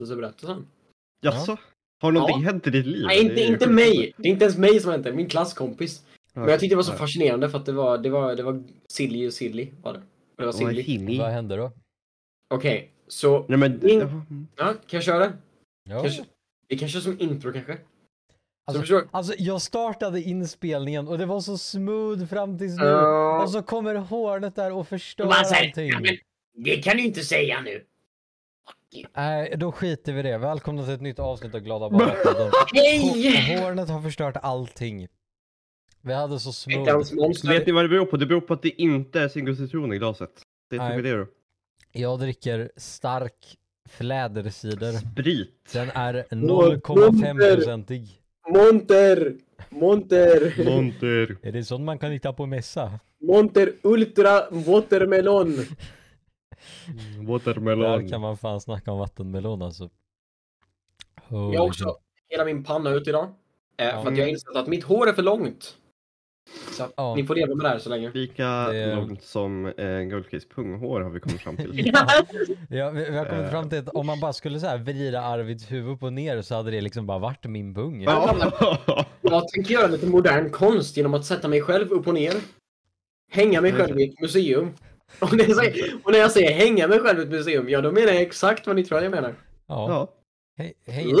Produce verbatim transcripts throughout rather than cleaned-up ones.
så berättar sen. Jaså? Har någonting Ja. hänt i ditt liv? Nej, inte, Det är ju inte sjukt. mig. Det är inte ens mig som har hänt det. Min klasskompis. Men jag tyckte det var så Ja. fascinerande för att det var, det var, det var silly och silly. Var det? Det var Vad är silly. silly? Vad hände då? Okej, så... Nej men... Min- jaha. Ja, kan jag köra det? Ja. Kanske, det kanske är som intro kanske. Så Alltså, förstår- alltså jag startade inspelningen och det var så smooth fram tills nu. Ja. Och så kommer Hornet där och förstör Bara så här, allting. ja, men det kan du inte säga nu. Nej, då skiter vi i det. Välkomna till ett nytt avsnitt av Glada Barapodden. Hej! Hornet har förstört allting. Vi hade så smooth. Veckans monster. Vet ni vad det beror på? Det beror på att det inte är single citron i glaset. Det är Nej. typ det då. Jag dricker stark flädercider. Sprit. Den är noll komma fem-procentig. Monter! Monter! Monter. Är det sånt man kan hitta på mässa? Monter Ultra Watermelon! Där Watermelon. kan man fan snacka om vattenmelon alltså. Holy Jag har också hela min panna ut idag. Eh, Ja. För att jag har insett att mitt hår är för långt. Så att Ja. ni får leva med det här så länge. Lika Det- långt som eh, Guldkis punghår har vi kommit fram till. Ja, vi, vi har kommit Eh. fram till att om man bara skulle så här vrida Arvids huvud upp och ner så hade det liksom bara varit min pung. Ja. Jag tänker göra lite modern konst genom att sätta mig själv upp och ner. Hänga mig själv i ett museum. Och när jag säger, och när jag säger hänga mig själv i ett museum, ja då menar jag exakt vad ni tror jag menar. Ja. Ja. Hej, hej.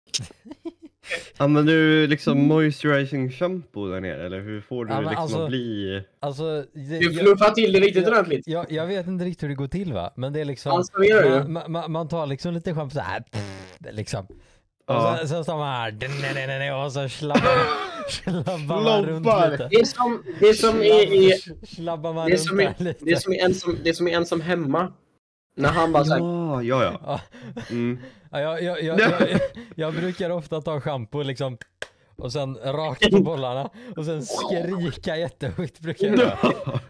Använder du liksom moisturizing shampoo där nere? Eller hur får du Ja, det men liksom alltså- att bli... Alltså, det, Du jag, fluffar till det riktigt jag, ordentligt. jag, jag vet inte riktigt hur det går till va? Men det är liksom... Vad ska vi göra man, nu? man, man, man tar liksom lite schampo så här. Det liksom. Och Ja. sen, sen står man här. nej, nej, nej, och så slabbar, slabbar man runt Slabbar. lite. Det är som, det är som i, i Slabbar man det är runt som där i, lite. det är som i ensam, det är som i ensam hemma. När han bara såhär, Ja, ja, ja. Ja. Mm. Ja, jag, jag, jag, jag, jag brukar ofta ta shampoo liksom och sen raka på bollarna och sen skrika jättehögt brukar jag göra.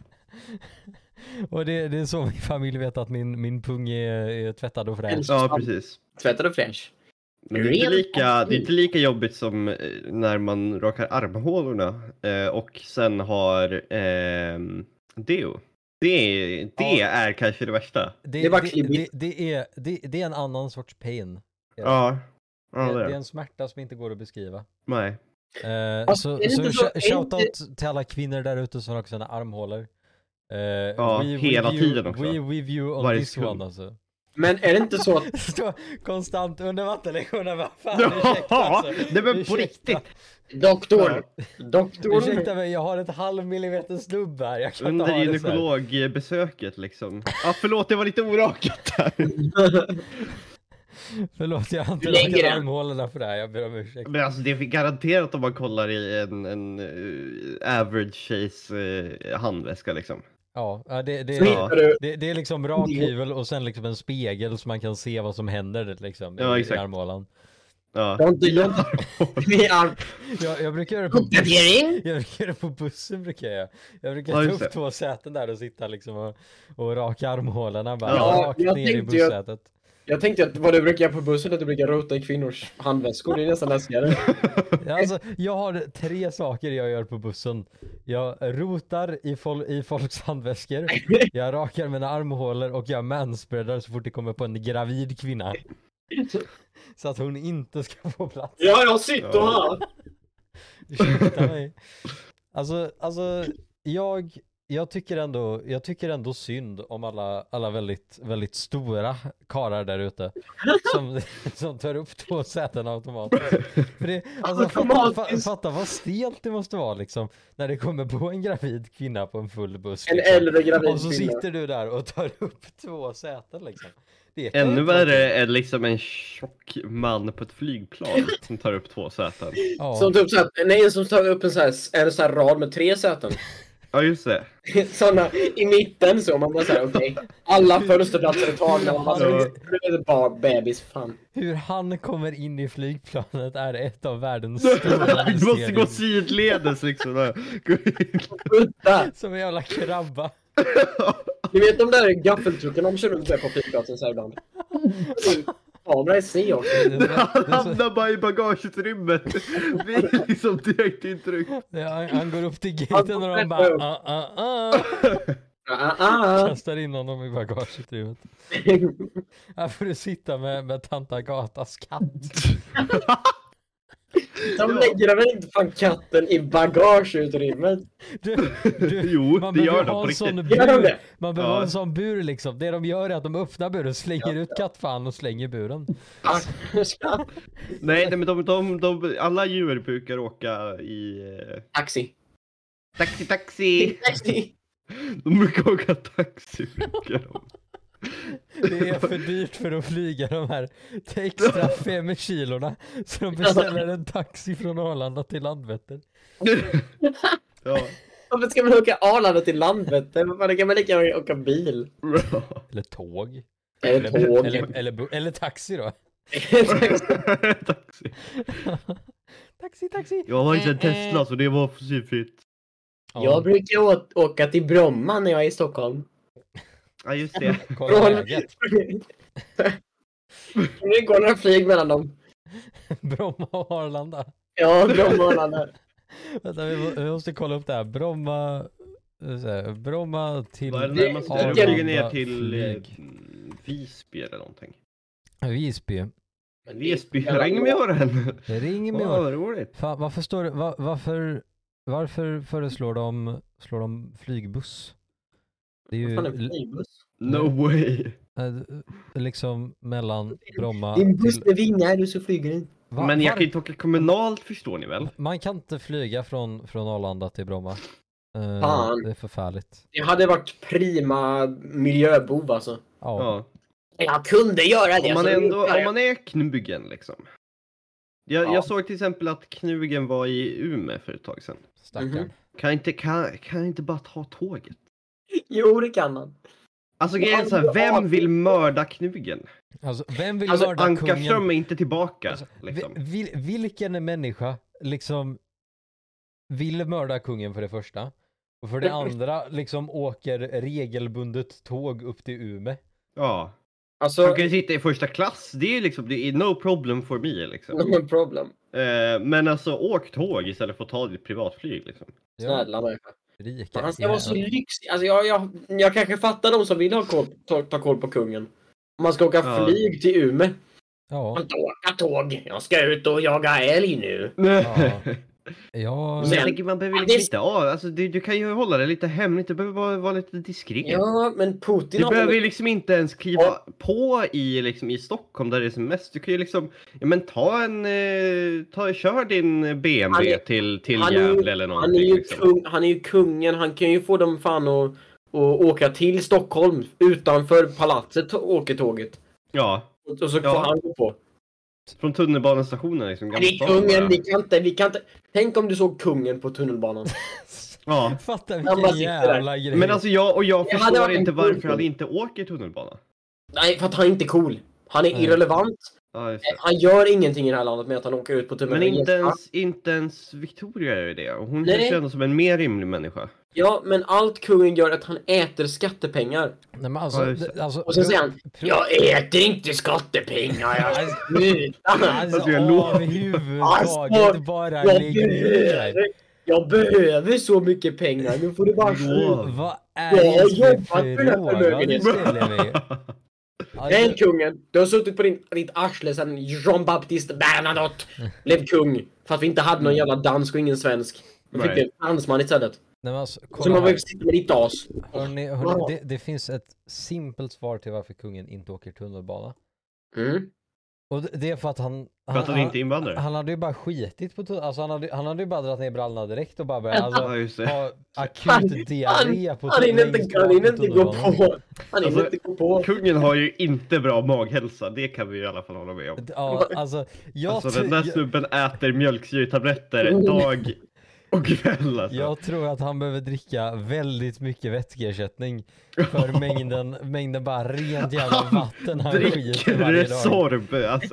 Och det, det är så min familj vet att min, min pung är, är tvättad och fräsch. Ja, precis. tvättar du fräsch? Men det är, inte lika, det är inte lika jobbigt som eh, när man rakar armhålorna eh, och sen har eh, deo. Det, är, det Ja. är kanske det värsta. Det, Det är bara det, det, klibbigt. det, är, det, det är en annan sorts pain. Ja, ja Det, det det är är det. en smärta som inte går att beskriva. Nej. Eh, Alltså, så är det så inte så- sh- är shoutout till alla kvinnor där ute som har sina armhålor. Eh, Ja, hela with tiden you, också. We with you on Varje this sekund. one alltså. Men är det inte så att Stå konstant under vattenlektioner, vad fan, ursäkta alltså. Nej men på Ursäkta. riktigt. doktor, doktorn, Ursäkta mig, jag har ett halv millimeter snubb här, jag kan inte Under ha det så här. gynekologbesöket liksom. Ja, förlåt, det var lite orakat där. Förlåt, jag har inte Hur länge lagat är det? armhålorna för det här, jag ber om ursäkt. Men alltså det är garanterat om man kollar i en, en uh, average tjejs uh, handväska liksom. Ja, ja, det, det, så det, hittar du, det, det är liksom rakhyvel och sen liksom en spegel så man kan se vad som händer liksom Ja, i, i exakt. armhålan. Ja. jag har inte, jag har inte, vi är Jag, jag brukar göra det på uppdatering. Jag brukar göra det på bussen brukar jag. Jag brukar Ja, ta just upp det. två säten där och sitta liksom och, och raka armhålorna bara Ja, rakt jag ner i tänkte ju- bussätet. Jag tänkte att vad du brukar göra på bussen är att du brukar rota i kvinnors handväskor, det är nästan läskigare. Ja, alltså, jag har tre saker jag gör på bussen. Jag rotar i, fol- i folks handväskor, jag rakar mina armhålor och jag manspreadar så fort det kommer på en gravid kvinna. Så att hon inte ska få plats. Ja, jag sitter här. Ursäkta mig. Alltså, alltså jag, jag, tycker ändå, jag tycker ändå synd om alla, alla väldigt, väldigt stora karar där ute som, som tar upp två säten automatiskt. För det, alltså, fatta, fa, Automatiskt. fatta vad stelt det måste vara liksom, när det kommer på en gravid kvinna på en full buss. En Liksom. äldre gravid Och så kvinna. sitter du där och tar upp två säten liksom. Det är Ännu helt värre är liksom en tjock man på ett flygplan som tar upp två säten. Ja. Som typ såhär, nej, som tar upp en sån här, en sån här rad med tre säten. Ja, just det. Såna i mitten så man bara såhär, okej. Alla fönsterplatser är tagna. Man bara, Ja. det är bara bebis, fan. Hur han kommer in i flygplanet är ett av världens stora Du måste gå mysterier. sidledes liksom. Gå in. Utta. Som en jävla krabba. Ni vet de där gaffeltrucken de kör runt där på flygplatsen så här ibland. Kamera i sig också. Det är så- Han det är så- hamnar bara i bagageutrymmet. Vi är liksom direkt intryck. det är- Han går upp till gaten och de bara ah, ah, ah. Ah, ah. Kastar in honom i bagageutrymmet. Här får du sitta med, med tant Agatas katt. De lägger väl inte fan katten i bagageutrymmet? Du, du, Jo, man det behöver gör de ha på en sån riktigt. Gör de bur. det? Man behöver ha Ja. en sån bur liksom. Det de gör är att de öppnar buren, slänger ut kattfan och slänger buren. Ah, Nej, nej men de, de, de, alla djur brukar åka i eh, Taxi. taxi, taxi. Taxi. De brukar åka taxi, brukar de. Det är för dyrt för att flyga de här extra fem kilorna. Så de beställer en taxi från Arlanda till Landvetter. Ja. Varför ska man åka Arlanda till Landvetter? Varför kan man lika gärna åka bil? Eller tåg. Eller tåg. Eller, eller, bu- eller taxi då. Taxi. Taxi, taxi. Jag har inte en Tesla så det var fossilfritt. Ja, Jag brukar å- åka till Bromma när jag är i Stockholm. Ja just det. kolla läget. Det går några flyg mellan dem. Bromma och Arlanda. Ja, Bromma och Arlanda. Vänta, vi, må, vi måste kolla upp det här. Bromma, så här, Bromma till Vad är det Det- närmaste? det- Du det- flyger ner till eh, flyg. Visby eller någonting. Visby. Visby, ring mig ören. Ring mig. Åh, vad roligt. Fan, varför står det, va, varför, varför föreslår de, slår de flygbuss? Det är ju Vad fan är en flygbuss? No way. äh, liksom mellan Bromma Det är en buss till... med vingar och så flyger den. Va- Men jag var- kan inte åka kommunalt, förstår ni väl? Man kan inte flyga från, från Arlanda till Bromma. Eh, Fan. det är förfärligt. Det hade varit prima miljöbov alltså. Ja. Ja. Jag kunde göra det. Om man, så ändå, jag- om man är knugen liksom. Jag, Ja. jag såg till exempel att knugen var i Umeå för ett tag sedan. Stackarn. Mhm. Kan inte, kan, kan inte bara ta tåget? Jo, det kan han. Alltså grejen är så här, vem vill mörda knugen? Alltså, vem vill Alltså, mörda Ankarström kungen? är inte tillbaka. Alltså, liksom. vi- vil, vilken människa liksom vill mörda kungen för det första? Och för det andra liksom åker regelbundet tåg upp till Umeå. Ja. Alltså, Han kan ju sitta i första klass. Det är liksom, det är no problem for me liksom. no problem. Eh, men alltså åk tåg istället för att ta ditt privatflyg liksom. Snälla människa. Rika Han ska vara så jävlar. lyxig. Alltså jag, jag, jag kanske fattar de som vill ha koll, ta, ta koll på kungen. Om man ska åka Ja. flyg till Umeå. Ja, Man ska åka tåg. Jag ska ut och jaga älg nu. ja. Ja, Men jag tänker man behöver Ja, liksom det- inte, ja, alltså du, du kan ju hålla det lite hemligt, du behöver vara, vara lite diskret. Ja, men Putin Du har... behöver ju liksom inte ens kliva på i, liksom, i Stockholm där det är som mest. Du kan ju liksom, ja men ta en, eh, ta, kör din B M W Han är- till, till han är ju- Gävle eller Han är, någonting. ju Liksom. kung, han är ju kungen. Han kan ju få dem fan att, att åka till Stockholm. Utanför palatset åker tåget. Ja, Och, och så Ja. får han gå på. från tunnelbanestationen liksom. Det är Gamla stan bara. kungen. Vi kan inte, vi kan inte... Tänk om du såg kungen på tunnelbanan. Ja. fatta Han bara vilken sitter jävla grej. Men alltså jag, och jag Det hade förstår varit en inte kul varför film. han inte åker tunnelbana. Nej, för att han är inte cool. Han är Nej. irrelevant. Ja, just det. Han gör ingenting i det här landet med att han åker ut på Men tunnelbanan. inte ens, inte ens Victoria gör ju det. Och hon Nej. känns ändå som en mer rimlig människa. Ja, men allt kungen gör är att han äter skattepengar. Nej, men alltså, Ja, just det. det- alltså, Och så säger han, pro- jag äter inte skattepengar. Jag slutar. Alltså, Alltså, jag lovar. överhuvudtaget Alltså, bara Jag lägg ner. behöver, jag behöver så mycket pengar. Nu får du bara Ja. sluta. Vad är Jag har det för jobbat för den här fråga du förmögenheten. ställer mig? Nej, Alltså, kungen. Du har suttit på din, ditt arsle sedan Jean-Baptiste Bernadotte blev kung. För att vi inte hade någon jävla dansk och ingen svensk. Vi fick Nej. en fransman istället. nej, men alltså, Så kolla man här. behöver sitta med ditt as. Hörrni, hörrni, det, det finns ett simpelt svar till varför kungen inte åker tunnelbana. Mm. Och det, det är för att han... För att han inte är invandrare. Han hade ju bara skitit på tunnelbanan. Alltså han hade, han hade ju bara dragit ner brallorna direkt och bara börjat alltså, Ja, just det. ha Han- akut diarré på Han hinner inte, han hinner inte gå tunnelbanan. på. Han hinner Alltså, inte gå på. Kungen har ju inte bra maghälsa, det kan vi i alla fall hålla med om. Ja, alltså, jag, Alltså tr- den där jag, snubben äter mjölksyretabletter dag och kväll alltså. jag tror att han behöver dricka väldigt mycket vätskeersättning för mängden, mängden bara rent jävla vatten han skiter varje Dricker dag. Sorb alltså.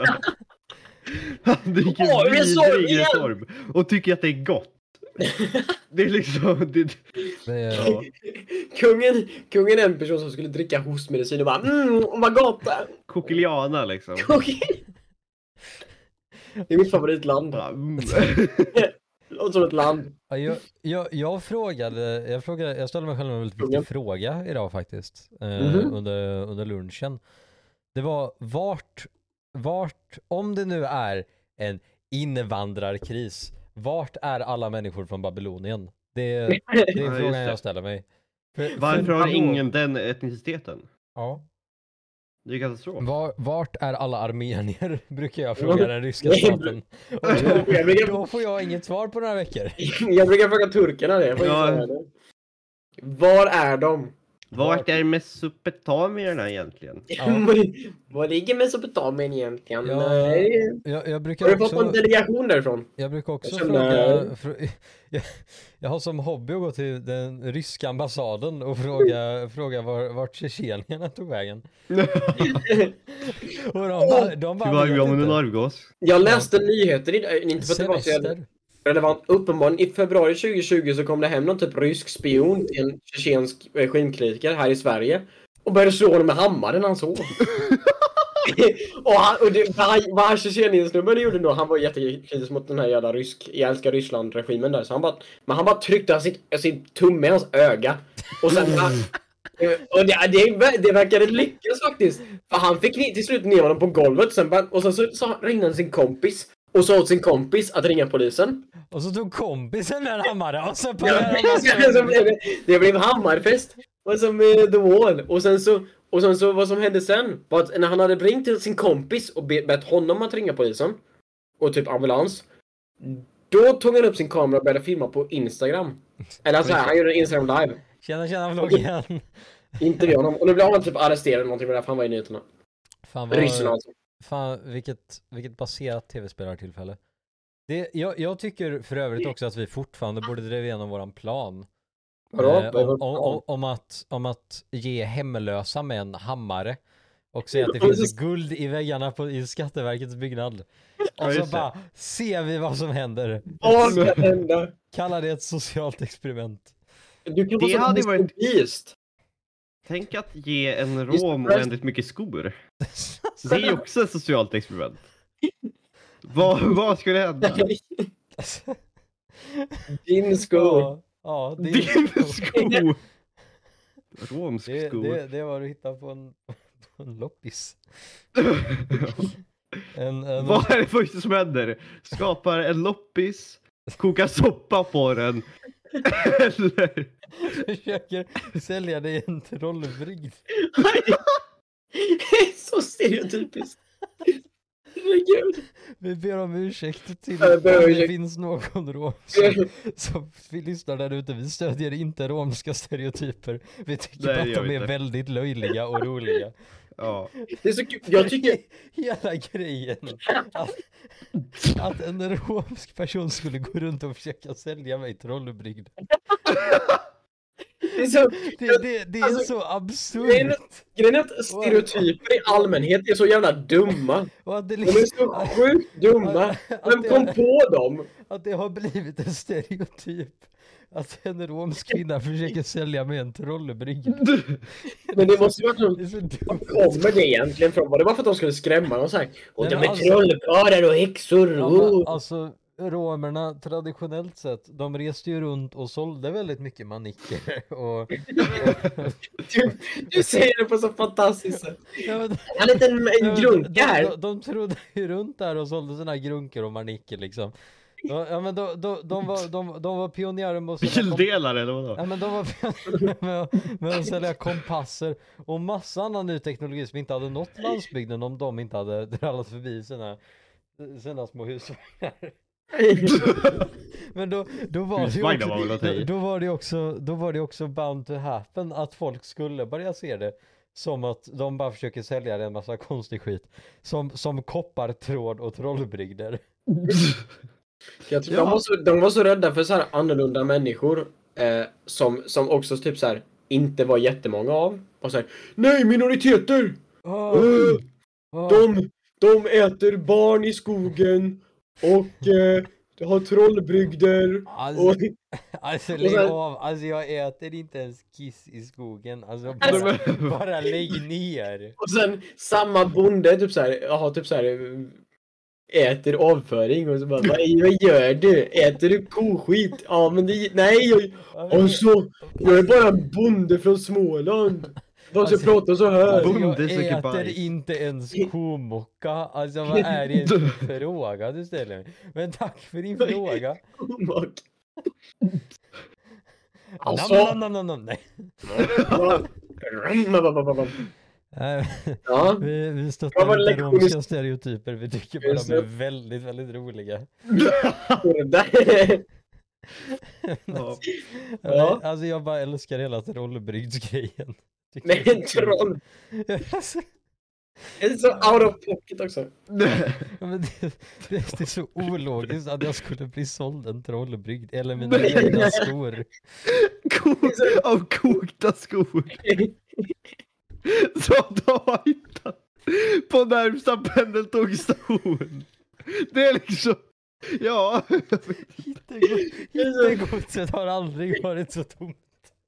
Han dricker Åh, Resorb vidrig igen! Resorb och tycker att det är gott. Det är liksom... Det, Det är, ja. Kungen, kungen är en person som skulle dricka hostmedicin och bara mm, vad gott det är. Kokiliana liksom. Okej. Det är mitt favoritland. Ja, mm. Och som ett land. Ja, jag, jag, jag frågade, jag frågade, jag ställde mig själv en väldigt viktig Fråga. fråga idag faktiskt. Eh, Mhm. under, under lunchen. Det var vart, vart, om det nu är en invandrarkris, vart är alla människor från Babylonien? Det, det är Ja, just frågan det. jag ställer mig. För, Varför för- har ingen den etniciteten? Ja. Det är katastrof. Var, vart är alla armenier? Brukar jag fråga den ryska staten. Och då, Jag brukar- då får jag inget svar på några veckor. Jag brukar fråga turkarna det. Jag får Ja. inte säga det. Var är de? Vart är mesopotamierna egentligen? Ja. Var ligger Mesopotamien egentligen? Ja. Nej. Jag, jag Har brukar du fått också... en delegation därifrån? Jag brukar också Jag känner- fråga, frå, jag, jag har som hobby att gå till den ryska ambassaden och fråga, fråga var, vart tjetjenierna tog vägen. Och de bara, de bara Tyvärr, vet vi använder inte. nargas. Jag läste nyheter idag, inte för att det var så jävla Semester. relevant. Uppenbarligen i februari tjugo tjugo så kom det hem någon typ rysk spion till en tjetjensk regimkritiker här i Sverige och började slå honom med hammaren när han sov. och han, och det, vad, han- vad han tjetjeniensnubben gjorde då, han var jättekritisk mot den här jävla rysk, jag älskar Ryssland-regimen där, så han bara, men han bara tryckte sitt, sin tumme i hans öga och sen och det, det, det verkade lyckas faktiskt. För han fick ni- till slut ner honom på golvet sen, bara- och sen så, så ringde han sin kompis och sa åt sin kompis att ringa polisen. Och så tog kompisen den hammaren och så Ja, började så, så blev det, det blev hammarfest. Och som eh, The Wall. Och sen så, och sen så vad som hände sen var att när han hade ringt till sin kompis och be- bett honom att ringa polisen och typ ambulans, då tog han upp sin kamera och började filma på Instagram. Eller så här, han gjorde en Instagram live. Tjena tjena vlogg igen. Intervjuade honom. Och nu blev han typ arresterad eller någonting med det, för han var i nyheterna. Fan, Ryssland vad, alltså. fan vilket, vilket baserat tv-spelartillfälle. Det, jag, jag tycker för övrigt också att vi fortfarande borde driva igenom våran plan. Vadå? Eh, Vad är om, vår om, plan? om, att, om att ge hemlösa med en hammare och säga att det finns guld i väggarna på, i Skatteverkets byggnad. Ja, Och så just det. bara ser vi vad som händer. Vad ska hända? Kalla det ett socialt experiment. Du kan Det vara hade så varit- beast. Tänk att ge en Just rom det. oändligt mycket skor. Det är ju också ett socialt experiment. Vad, vad skulle hända? Din skor. Ja, ja det, Din är, sko! Romsk det, sko. det, det var du hittar på en, på en loppis. En, en, Vad är det första som händer? Skapar en loppis, kokar soppa på den. Eller... försöker sälja dig en trollbrygd. Så stereotypiskt. Herregud. Vi ber om ursäkt till Ja, jag ber om om det ursäkt. finns någon rom som, som vi lyssnar där ute. Vi stödjer inte romska stereotyper. Vi tycker Nej, bara det att gör de vi är inte. väldigt löjliga och roliga. Ja. Det är så kul. Jag tycker... Hela grejen att, att en romsk person skulle gå runt och försöka sälja mig trollbrygd. Det är så... Det, det, det är Alltså, så grejen är- absurt. Grejen är att stereotyper i allmänhet är så jävla dumma. Och att det, De är så liksom, sjukt dumma. att, Vem det, kom på dem? att det har blivit en stereotyp. Att en romsk kvinna försöker sälja mig en trollbrygd. Men det måste ju vara Det är någon... så dumt. Var kommer det egentligen från? Var det bara för att de skulle skrämma och så här? Och Nej, de men är alltså- trollkarlar och häxor. Ja, men, Oh. alltså romerna traditionellt sett, de reste ju runt och sålde väldigt mycket manicker och, Du, du säger det på så fantastiskt sätt. ja, men, En liten ja, en men grunka de, här. de, de trodde ju runt där och sålde såna här grunkor och manicker liksom. Ja, ja men de, de, de, var, de, de var pionjärer med att sälja kom- Bildelare eller vadå? ja, men de var pionjärer med, att- med att sälja kompasser och massa annan ny teknologi som inte hade nått landsbygden om de inte hade drallat förbi sina, sina små husvagnar. Men då, då var det ju Husvagnar var väl att ta också, i. då, då var det också då var det också bound to happen att folk skulle börja se det som att de bara försöker sälja en massa konstig skit som, som koppartråd och trollbrygder. Jag tror Ja. de, var så, de var så rädda för så här annorlunda människor eh, som, som också typ så här inte var jättemånga av. Och så här, nej minoriteter! Oh, Eh, oh. de, de äter barn i skogen och eh, de har trollbrygder. Alltså, Och, alltså lägg sen- av, alltså jag äter inte ens kiss i skogen, alltså Alltså- bara, bara lägg ner. och sen samma bonde typ så här, har typ så här äter avföring och så bara, vad, vad gör du? Äter du koskit? Ja, men det, nej, jag, och så, jag är bara en bonde från Småland. Vad ska Alltså, prata så här? Alltså, Bonde jag söker äter bajs. inte ens komocka. Alltså vad är det för fråga du ställer mig? Men tack för din fråga. Alltså. Nam, nam, nam, nam, nej. Ja. Vi, vi Vad stöttar var inte lektion- romska stereotyper. Vi tycker bara Just de är det. väldigt, väldigt roliga. Ja. Ja. Alltså jag bara älskar hela trollbrygdsgrejen. Tycker Nej, det är en så kul. troll. Alltså, Det är så out of pocket också. ja, men det, det, det är så ologiskt att jag skulle bli såld en trollbrygd. Eller mina Nej. egna skor. Ko- av kokta skor. Så de har hittat på närmsta pendeltågstation. Det är liksom, ja. Hittegod- Hittegodset har aldrig varit så tomt.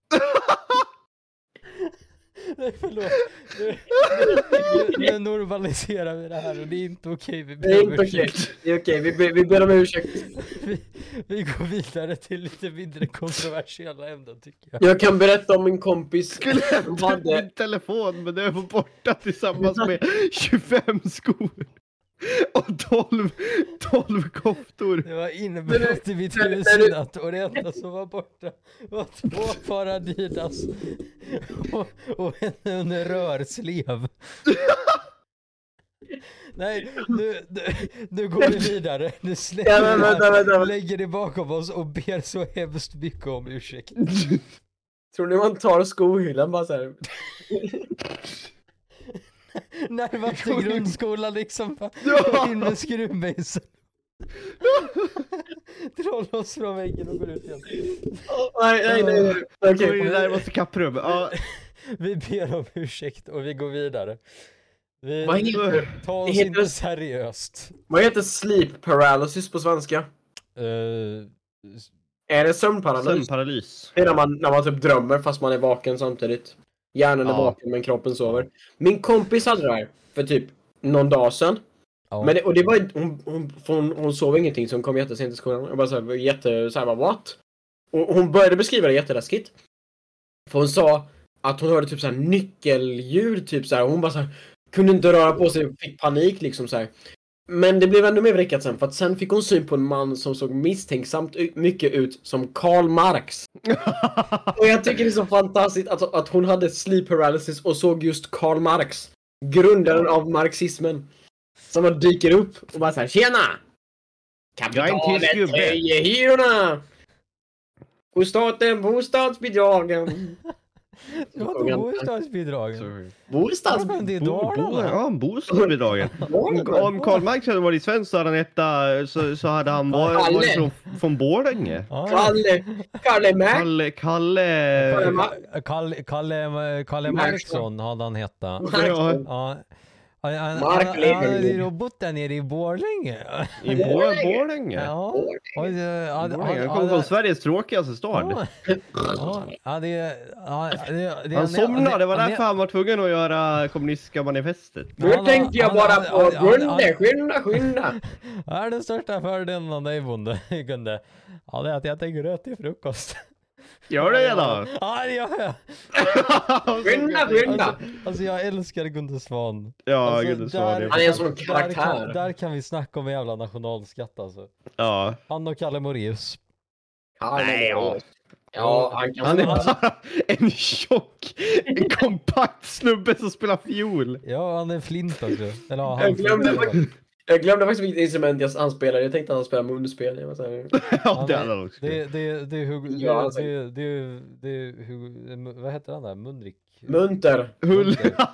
Nej, förlåt. Nu, nu, nu normaliserar vi det här och det är inte okej. Vi Det är ber inte om okej. ursäkt. Det är okej, vi, ber- vi ber om ursäkt. Vi, vi går vidare till lite mindre kontroversiella ämnen tycker jag. Jag kan berätta om min kompis Skulle som hämta hade... min telefon, men den var borta tillsammans med tjugofem skor. Och tolv, tolv koftor. Det var inbrott i mitt men- hus men- i natt och det enda som var borta var två par Adidas och, och en, en rörslev. Nej, nu, nu, nu går vi vidare. Nu släpper Ja, vi men det vänta, här, vänta, vänta. lägger det bakom oss och ber så hemskt mycket om ursäkt. Tror ni man tar skohyllan bara så här? Närmaste grundskolan liksom. Ja. In med skruvmejseln. Troll oss från väggen och går ut igen. Oh, nej, nej, nej. nej. Okej. Okej. I det närmaste kapprum. Ja. Vi ber om ursäkt och vi går vidare. Vi Vad heter, tar oss det heter- inte seriöst. vad heter sleep paralysis på svenska? Uh, Är det sömnparalys? Sömnparalys. Det är när man, när man typ drömmer fast man är vaken samtidigt. Hjärnan är Ja. vaken men kroppen sover. Min kompis hade det här för typ någon dag sedan. ja. Men det, och det var inte- hon, hon, hon, hon sov ingenting så hon kom jättesent till skolan. Jag bara såhär, jätte, såhär, bara, what? Och hon började beskriva det jätteläskigt. För hon sa att hon hörde typ såhär nyckelljud typ såhär. Hon bara såhär, kunde inte röra på sig och fick panik liksom såhär. Men det blev ännu mer vrickat sen, för att sen fick hon syn på en man som såg misstänksamt u- mycket ut som Karl Marx. Och jag tycker det är så fantastiskt att, att hon hade sleep paralysis och såg just Karl Marx, grundaren av marxismen, som bara dyker upp och bara såhär, tjena! Jag är en Kapitalet tysk gubbe." höjer hyrorna! Och staten bostadsbidragen. Vadå bostadsbidragen? Sorry. Bostadsbidragen? Det är Bo, bo, Dalarna. ja, bostadsbidragen. Om, om Karl Marx hade varit svensk så hade han etta, så, så hade han varit, Kalle. varit från, från Borlänge. Ja. Kalle, Kalle Mac. Kalle, Kalle... Kalle Kalle, Kalle, Kalle, Kalle Marksson hade han heta. Ja, Ja. Han han- Mark han- lever han hade ju. ju bott där nere i Borlänge. i Bor- Borlänge. Ja. Och, eh, han- Borlänge. Han han- kom från Sveriges tråkigaste stad. Ja. Ja, ja, det, ja, det, det, Han somnade, det var han- därför han var tvungen att göra kommunistiska manifestet. Nu Han- tänkte jag han- bara han- på han- han- Gunde, skynda, skynda. Vad är den största fördelen av dig bonde? Gunde? Ja, det är att jag äter gröt till frukost. Gör det då! Ja, det gör jag. Skynda, skynda. Alltså, alltså jag älskar Gunde Svan. Ja, Alltså, gud, så var där- Han är det. en sån Där kan, karaktär. där kan vi snacka om en jävla nationalskatt alltså. Ja. Han och Kalle Moraeus. Nej, ja. Ja, han kan... Han är bara en tjock, en kompakt snubbe som spelar fiol. Ja, han är flint också. Eller ja, han Jag glömde, flint. faktiskt, jag glömde faktiskt vilket instrument jag, han spelade. Jag tänkte att han spelade munspel. Jag var så här, Ja, det hade han också. Det, det, det är Hugo, det, Ja, alltså. det, det, det är Hugo, vad heter han där? Munrik? Munter. Hull.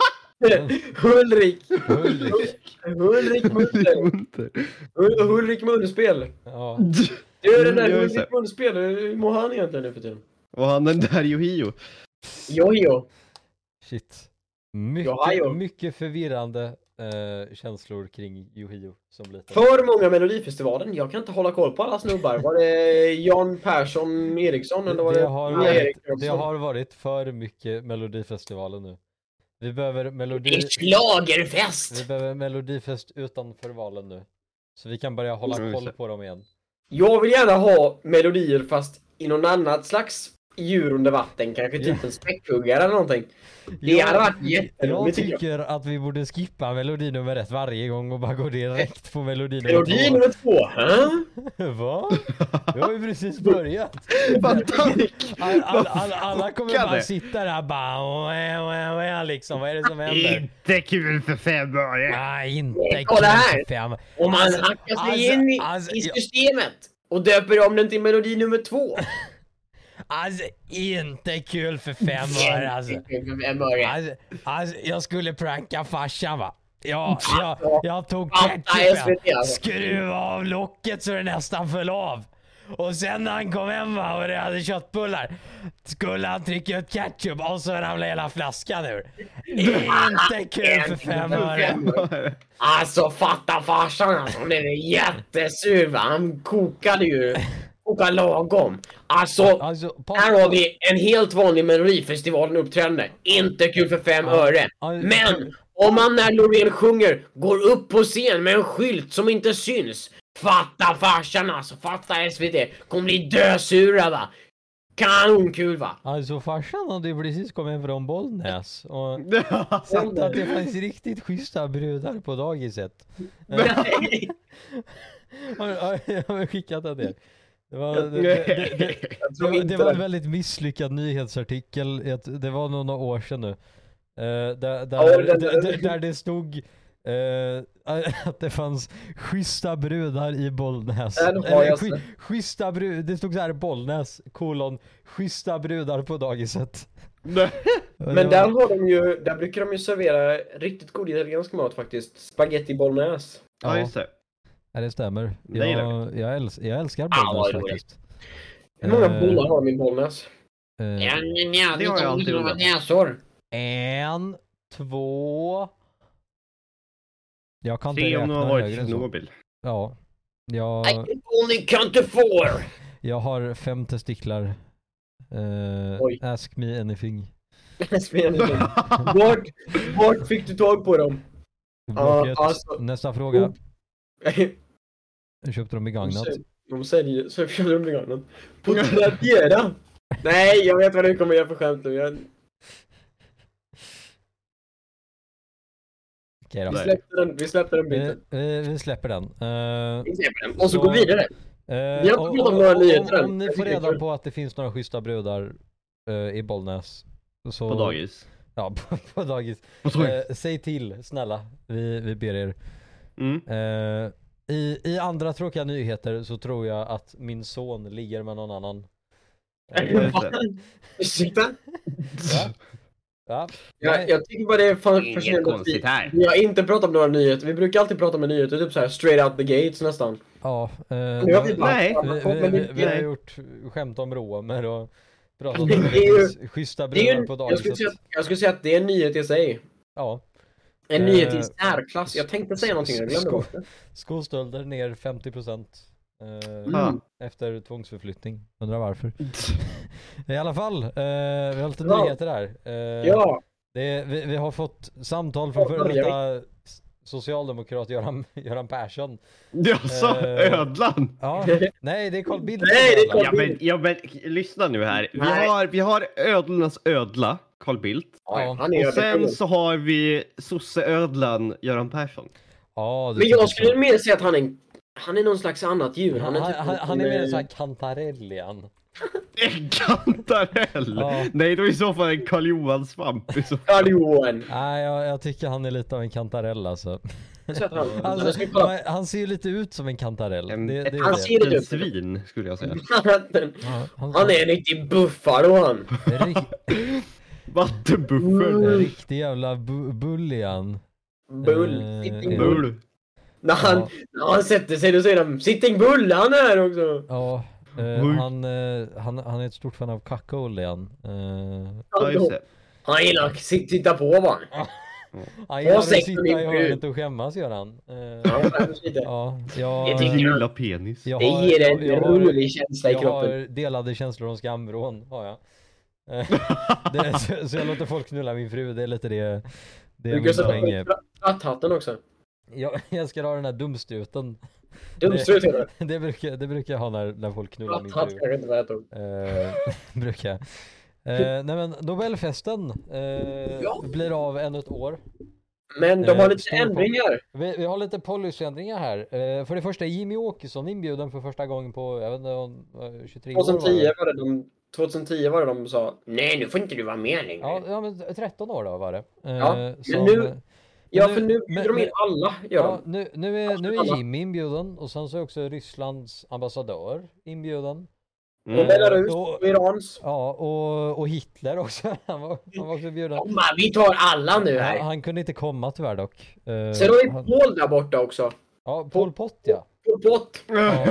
Hulrik. Ulrik. Hulrik Munter. Munter. Hul- Hulrik Munspel. Ja. Du, den där Jag är så här- Hulrik Munspel. Hur mår han egentligen nu för tiden? Och han den där Yohio. Jojo. Shit. Ohio. Mycket, mycket förvirrande eh, känslor kring Yohio som liten. För många Melodifestivalen. Jag kan inte hålla koll på alla snubbar. Var det Jan Persson Eriksson eller var det, Det har, Erik varit, det Eriksson? har varit för mycket Melodifestivalen nu. Vi behöver Det melodi... är schlagerfest! Vi behöver melodifest utanför valen nu. Så vi kan börja hålla Mm, koll så- på dem igen. Jag vill gärna ha melodier fast i någon annat slags djur under vatten. Kanske typ Ja. en späckhuggare eller någonting. Det hade varit jag jätteroligt tycker jag. tycker att vi borde skippa melodi nummer ett varje gång och bara gå direkt på melodi nummer Melodi två. nummer två. Huh? Va? Vi har ju precis börjat. Fantastiskt! All, all, all, alla kommer bara Chockade. sitta där bara wah, wah, wah, liksom. Vad är det som händer? Inte kul för fem år. Nej, inte Kolla kul här. för fem. Och man Alltså, hackar sig alltså, in i, alltså, i jag- systemet. Och döper om den till melodi nummer två. Alltså, inte kul för fem år alltså. Fem öre. Alltså, alltså, jag skulle pranka farsan va. Ja, jag, jag tog Fatta S V ketchupen, T alltså. skruva av locket så det nästan föll av. Och sen när han kom hem va, och det hade köttbullar skulle han trycka ut ketchup och så ramlade hela flaskan ur. Inte kul för fem öre. Alltså fatta farsan alltså. Han är jättesur va. Han kokade ju. Kokade lagom. Alltså. Alltså, pa- Här har vi en helt vanlig Melodifestivalen uppträdande. Inte kul för fem öre. Ja, Men om man när Loreen sjunger går upp på scen med en skylt som inte syns. Fatta farsan alltså. Fatta S V T. Kommer bli dösura va. Kanonkul va. Alltså farsan hade ju precis kommit hem från Bollnäs och sagt att det fanns riktigt schyssta brudar på dagiset. Nej. Har jag har skickat det till er. Det var, Jag- det, det, det, det, Jag tror det, inte det var en det. väldigt misslyckad nyhetsartikel. Ett- Det var nog några år sedan nu. Eh, där, där, Ja, den- där, där, där det stod eh, att det fanns schyssta brudar i Bollnäs. Den har Eller, jag sky, sett. schyssta brud, det stod så här Bollnäs, kolon, schyssta brudar på dagiset. Nej. Och det Men var- där har de ju, där brukar de ju servera riktigt god italiensk mat faktiskt. Spaghetti bolognese. Ja, just det. Ja, det stämmer. Det gillar Jag, jag, äls jag älskar Ah, vad Bollnäs roligt. faktiskt. Hur många Eh, bollar har de i Bollnäs? eh, Ja, ja, det har jag alltid undrat. näsor. En, två... Jag kan inte Se om du har räkna varit högre i än så. Tjernobyl. Ja. Jag, I can only count to four. jag har fem testiklar. Eh, Oj. ask me anything. Vart, vart fick du tag på dem? Blocket. alltså- Nästa fråga. Köpte de begagnat? De säljer, så köper de begagnat. På Tradera. Nej, jag vet vad du kommer göra för skämt nu. Jag, Okej då. vi Nej. släppte den, vi släppte den Vi, biten. vi, vi släpper den. Eh, Vi släpper den. Och så Så- går vi vidare. Eh, har inte och- pratat om och- några och- nyheter om, än. om ni Jag får tycker det är reda kul. på att det finns några schyssta brudar eh, i Bollnäs. Så, På dagis. Ja, på, på dagis. På dagis. Eh, säg till, snälla. Vi, vi ber er. Mm. Eh, i, I andra tråkiga nyheter så tror jag att min son ligger med någon annan. Eh, Just det. Ursäkta? ja. Ja. Jag, jag tycker bara det är fan Inget fascinerande att vi, konstigt här. vi har inte pratat om några nyheter. Vi brukar alltid prata med nyheter, typ så här straight out the gates nästan. Ja, eh, Nu har vi bara... Nej. vi, vi, men vi, det- vi har nej. gjort skämt om romer och pratat om Det att är det ju- finns schyssta Det är brudar ju, på jag, skulle dagiset. säga, att- jag skulle säga att det är en nyhet i sig. Ja. En Eh, nyhet i särklass. Jag tänkte säga någonting, jag glömde sko- bort det. Skostölder ner femtio procent eh, Ja. efter tvångsförflyttning. Undrar varför. I alla fall, eh, vi har lite Ja. nyheter här. Eh, Ja, det, vi, vi har fått samtal från före detta s- socialdemokrat Göran, Göran Persson. Jaså, Eh, ödlan? Ja, nej det är Carl Bildt. Nej, det är Carl Ja men, ja men lyssna nu här. Vi Nej. har, vi har ödlornas ödla, Carl Bildt. ja, han är Och sen överkungen. så har vi sosseödlan Göran Persson. Ja, det Men tycker jag skulle så. mer säga att han är en, han är någon slags annat djur. Han, Han är, han, typ han, han är mer en eh, sån här kantarellian. En kantarell! Ja. Nej, då i så fall en Karl Johan-svamp. i så fall. Karl Johan. Nej, jag, jag tycker han är lite av en kantarell alltså. Så att han, Alltså, jag ska kolla. men han ser ju lite ut som en kantarell. En- det, det är han det. ser lite En ut. svin, skulle jag säga. Ja, han, Han är en riktig buffalo han. rik, Vattenbuffel. en riktig jävla bu, bullian. Bull. Eh, Sitting eh. bull. Bull. När han, Ja. när han sätter sig då säger de Sitting bull han är också. Ja, eh, Oj. han, eh, han, han är ett stort fan av Kacka-Oljan. Eh, Ja, just det. Han gillar att sit- titta på va. han gillar att sex sitta min i fru. hörnet och skämmas gör han. Eh, Ja, skäms lite. ja, Det jag, tycker Din jag. lilla penis. jag Det har, ger jag, en jag, har, rolig känsla i jag kroppen. har delade känslor om skamvrån, har jag. Eh, det, så, så jag låter folk knulla min fru, det är lite det. Det är Du kan min sätta poäng. på tratthatten också. Jag, jag ska ha den här dumstruten. Dumstrut heter det, det, brukar, det brukar jag ha när, när folk knullar min Han fru. ska inte vara ett ord. Eh, brukar jag. Eh, nej men Nobelfesten eh, Ja. blir av ännu ett år. Men de Eh, har lite stor på- ändringar. Vi, vi har lite policyändringar här. Eh, för det första är Jimmy Åkesson inbjuden för första gången på, jag vet inte, om, eh, tjugotre år var tjugohundratio det. var det de, tjugohundratio var det de sa, nej nu får inte du vara med längre. Ja, ja men tretton år då var det. Eh, Ja, men som, nu- ja, nu- för nu men- bjuder de in men- alla, gör Ja, de. nu, nu, är, nu Alla. är Jimmy inbjuden och sen så är också Rysslands ambassadör inbjuden. Och Mm. Belarus och- och Irans. Ja, och, och Hitler också. Han var, han var också bjuden. Kom, vi tar alla nu Ja, här. han kunde inte komma tyvärr dock. Eh, Sen har vi han- Paul där borta också. Ja, Pol Pot ja. Pol Pot. ja.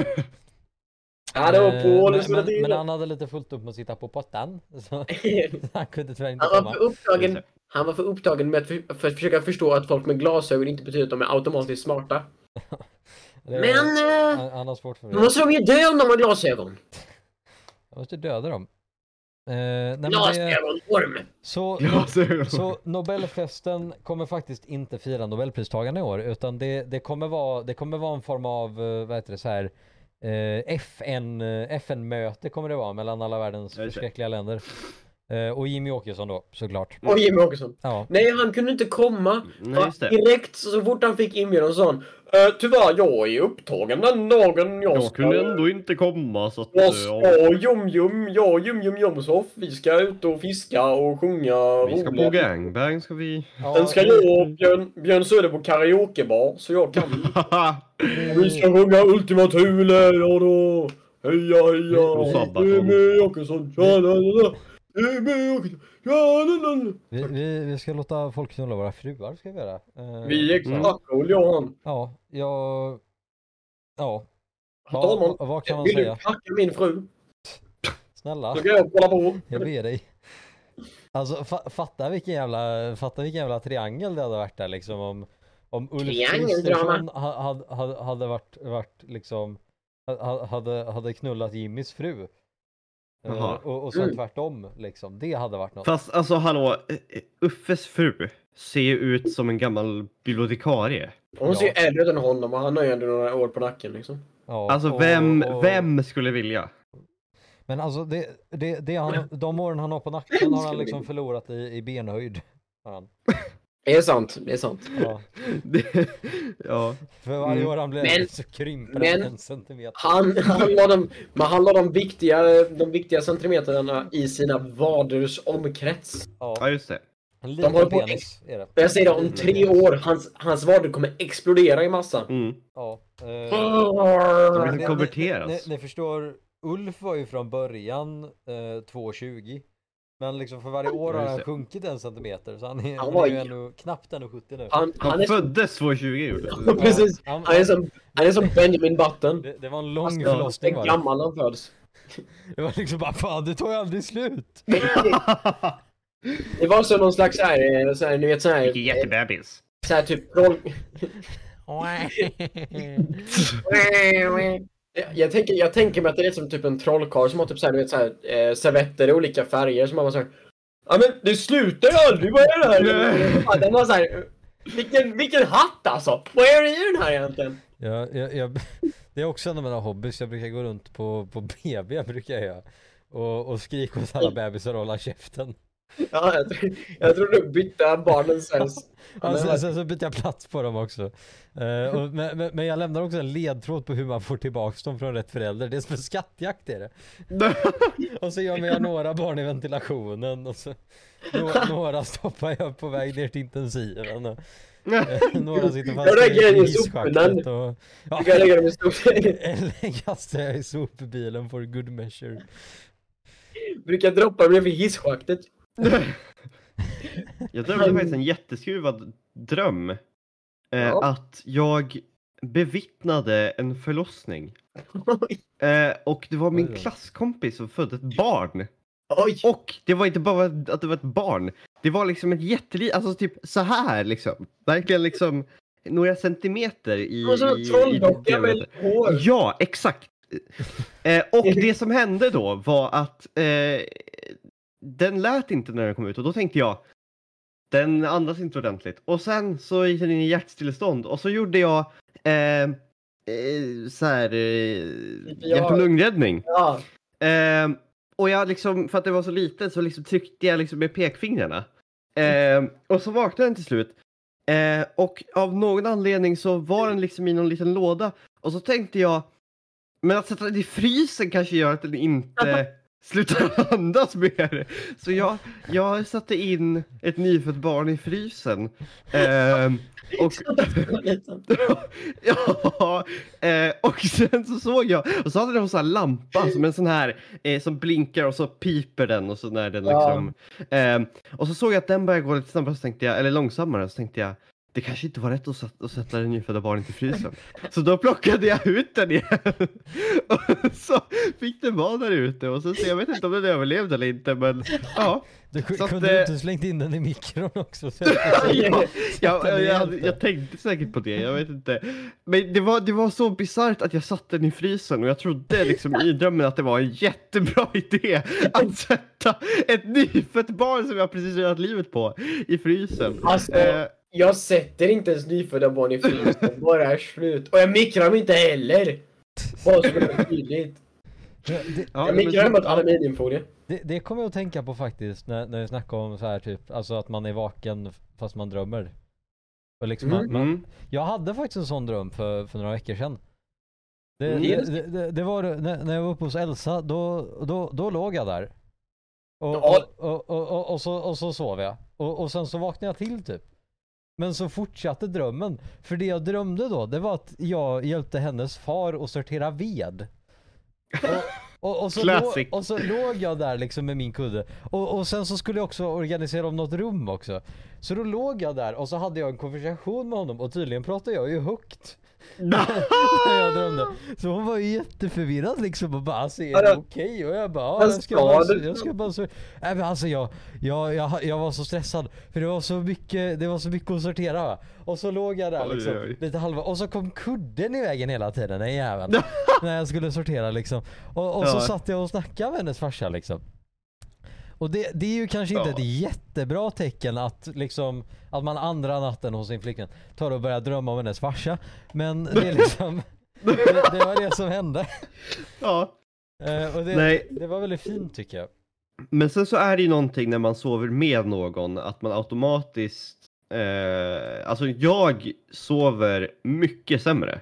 Ja, det var Eh, Paul. men, så men, det- men han hade lite fullt upp med att sitta på pottan. Så han kunde tyvärr inte Han var komma. för upptagen, han var för upptagen med att, för, för att försöka förstå att folk med glasögon inte betyder att de är automatiskt smarta. Det- Men eh, han, han har svårt för då det. måste de ju dö om de har glasögon. Jag måste döda dem. Eh, nej, men det, Glasögonorm. så, Ja, så är det. så Nobelfesten kommer faktiskt inte fira Nobelpristagarna i år, utan det, det, kommer vara, det kommer vara en form av, eh, vad heter det, så här, eh, F N, eh, F N-möte kommer det vara mellan alla världens Ja, just det. förskräckliga länder. Eh, och Jimmy Åkesson då, såklart. Och Jimmy Åkesson. Ja. Nej, han kunde inte komma. Nej, just det. Direkt så, så fort han fick inbjudan sa han, "Eh, tyvärr, jag är upptagen den dagen. Jag Jag ska, kunde ändå inte komma så att... jag eh, ska jum jum, ja jum jum jumsoff. Vi ska ut och fiska och sjunga. Vi ska roliga- på gangbang ska vi... Ja, Sen ska jag och Björn, Björn Söder på karaokebar, så jag kan. Vi ska sjunga Ultima Thule, ja då. Heja heja. Och Sabaton. Jimmy Åkesson, tja-la-la-la. Jimmy Åkesson, tja-la-la-la. vi, vi, vi ska låta folk knulla våra fruar, ska vi göra. Eh, Vi är Mm. knackol, jag och han. Ja, jag... Ja, Herr talman, vad, vad kan man vill säga? du knacka min fru? Snälla, Så kan jag kolla på. jag ber dig. Alltså fa fatta vilken jävla, fatta vilken jävla triangel det hade varit där liksom om, om Ulf Triangeldrama. Kristersson ha- hade, hade, hade varit, varit liksom, ha- hade, hade knullat Jimmys fru. Eh, Jaha. och, och sen Mm. tvärtom liksom, det hade varit något. Fast alltså hallå, eh, eh, Uffes fru ser ju ut som en gammal bibliotekarie. Hon ser Ja. ju äldre ut än honom och han har ju ändå några år på nacken liksom. Ja, Alltså och- vem, och- vem skulle vilja? Men alltså det, det, det han, de åren han har på nacken har han Skulle liksom vi- förlorat i, i benhöjd. Har han. Det är sant, det är sant. Ja. Det, ja. För varje Mm. år han blir Men- så krymper men- han en centimeter. Han, han la de, men han la de viktiga, de viktiga centimeterna i sina vaders omkrets. Ja. ja, just det. En De liten håller på- penis är det. Och jag säger det, om tre år, hans, hans vader kommer explodera i massa. Mm. Ja. Eh, De ni- vill ni- konverteras. Ni, ni förstår, Ulf var ju från början eh, två komma tjugo. Men liksom för varje år Ja, har just han det. sjunkit en centimeter. Så han är, Han han var är ju ju- ändå knappt en sjuttio nu. Han, han, Han är, föddes två tjugo gjorde ja, han. precis. Han, Han är som, han är som Benjamin Button. det, det var en lång Han är förlossning var det. gammal när han föds. Det var liksom bara fan, det tar ju aldrig slut. Det var så någon slags så här, så här ni vet så här, Vilken jättebebis. så här typ roll... Jag- Jag tänker, jag tänker mig att det är som typ en trollkarl som har typ så här, du vet så här, eh, servetter i olika färger som man så här, ja men det slutar ju aldrig, vad är det här? Ja, den var så här, vilken, vilken hatt alltså! Vad är det i den här egentligen? Ja, jag, jag, det är också en av mina hobbys. Jag brukar gå runt på, på B B brukar jag göra. Och, och skrika åt alla bebisar och hålla käften. Ja, jag tror, jag tror du bytte barnens sens. Alltså, sen så byter jag plats på dem också. Eh, och, men, men, men jag lämnar också en ledtråd på hur man får tillbaka dem från rätt förälder. Det är som en skattjakt är det. Och så gör jag några barn i ventilationen. Och så, några, några stoppar jag på väg ner till intensiven. Och, eh, några sitter fast Jag lägger i in i hisschaktet. soporna. Och, ja, Du kan lägga dem i stort. läggas jag i sopbilen for good measure. Brukar droppa bredvid hisschaktet. Jag drömde faktiskt en jätteskruvad dröm. Eh, Ja. Att jag bevittnade en förlossning. Eh, och det var min Oj då. klasskompis som födde ett barn. Oj! Och det var inte bara att det var ett barn. Det var liksom ett jättelitet, alltså typ så här liksom. Verkligen liksom några centimeter i... Det var som i- en i trolldocka med diameter. hår. Ja, exakt. Eh, och det som hände då var att eh, den lät inte när den kom ut. Och då tänkte jag, den andas inte ordentligt. Och sen så gick den in i hjärtstillestånd. Och så gjorde jag eh, eh, så här eh, hjärt- och lungräddning. Ja. Eh, och jag liksom, för att det var så litet så liksom tryckte jag liksom med pekfingrarna. Eh, och så vaknade den till slut. Eh, och av någon anledning så var den liksom i någon liten låda. Och så tänkte jag, men att sätta den i frysen kanske gör att den inte slutar andas mer. Så jag, jag satte in ett nyfött barn i frysen. Eh, och, ja, eh, och sen så såg jag, och så hade den en sån här lampa som en sån här eh, som blinkar och så piper den och så när den liksom. Ja. Eh, och så såg jag att den började gå lite snabbare, så tänkte jag, eller långsammare, så tänkte jag, det kanske inte var rätt att, sätta, att sätta det nyfödda barnet i frysen. Så då plockade jag ut den igen. Och så fick den vara där ute. Och så, så jag vet inte om den överlevde eller inte. Men ja. Du så kunde att, du inte slängt in den i mikron också? Så ja, jag, jag, jag, jag tänkte säkert på det. Jag vet inte. Men det var, det var så bizarrt att jag satte den i frysen. Och jag trodde liksom i drömmen att det var en jättebra idé att sätta ett nyfött barn som jag precis räddat livet på i frysen. Alltså, eh, jag sätter inte ens nyfödda barn i frysen. Bara är slut. Och jag mikrar dem inte heller. Bara så det är tydligt. Ja, det, jag mikrar dem med aluminiumfolie. Det, det kommer jag att tänka på faktiskt när, när vi snackar om så här typ, alltså att man är vaken fast man drömmer. Och liksom mm. man, man, jag hade faktiskt en sån dröm för, för några veckor sedan. Det, Mm. det, det, det, det var när, när jag var uppe hos Elsa, då, då, då låg jag där. Och, Ja. och, och, och, och, och, så, och så sov jag. Och, och sen så vaknade jag till typ. Men så fortsatte drömmen. För det jag drömde då, det var att jag hjälpte hennes far att sortera ved. Och, och, och, så, låg, och så låg jag där liksom med min kudde. Och, och sen så skulle jag också organisera om något rum också. Så då låg jag där och så hade jag en konversation med honom. Och tydligen pratade jag ju högt. När jag drömde. Så hon var ju jätteförvirrad liksom och bara, alltså är det okej? Okay? Och jag bara, ja, jag ska bara, jag ska bara så. Nej men alltså jag, jag, jag, jag var så stressad. För det var så mycket, det var så mycket att sortera va? Och så låg jag där liksom, oj, oj. lite halva. Och så kom kudden i vägen hela tiden, den jäveln. När jag skulle sortera liksom. Och, och så ja. satt jag och snackade med hennes farsa liksom. Och det, det är ju kanske inte ja. ett jättebra tecken att liksom att man andra natten hos sin flickvän tar och börjar drömma om hennes farsa. Men det är liksom det, det var det som hände. Ja. Uh, och det, Nej. det var väldigt fint tycker jag. Men sen så är det ju någonting när man sover med någon att man automatiskt eh, alltså jag sover mycket sämre.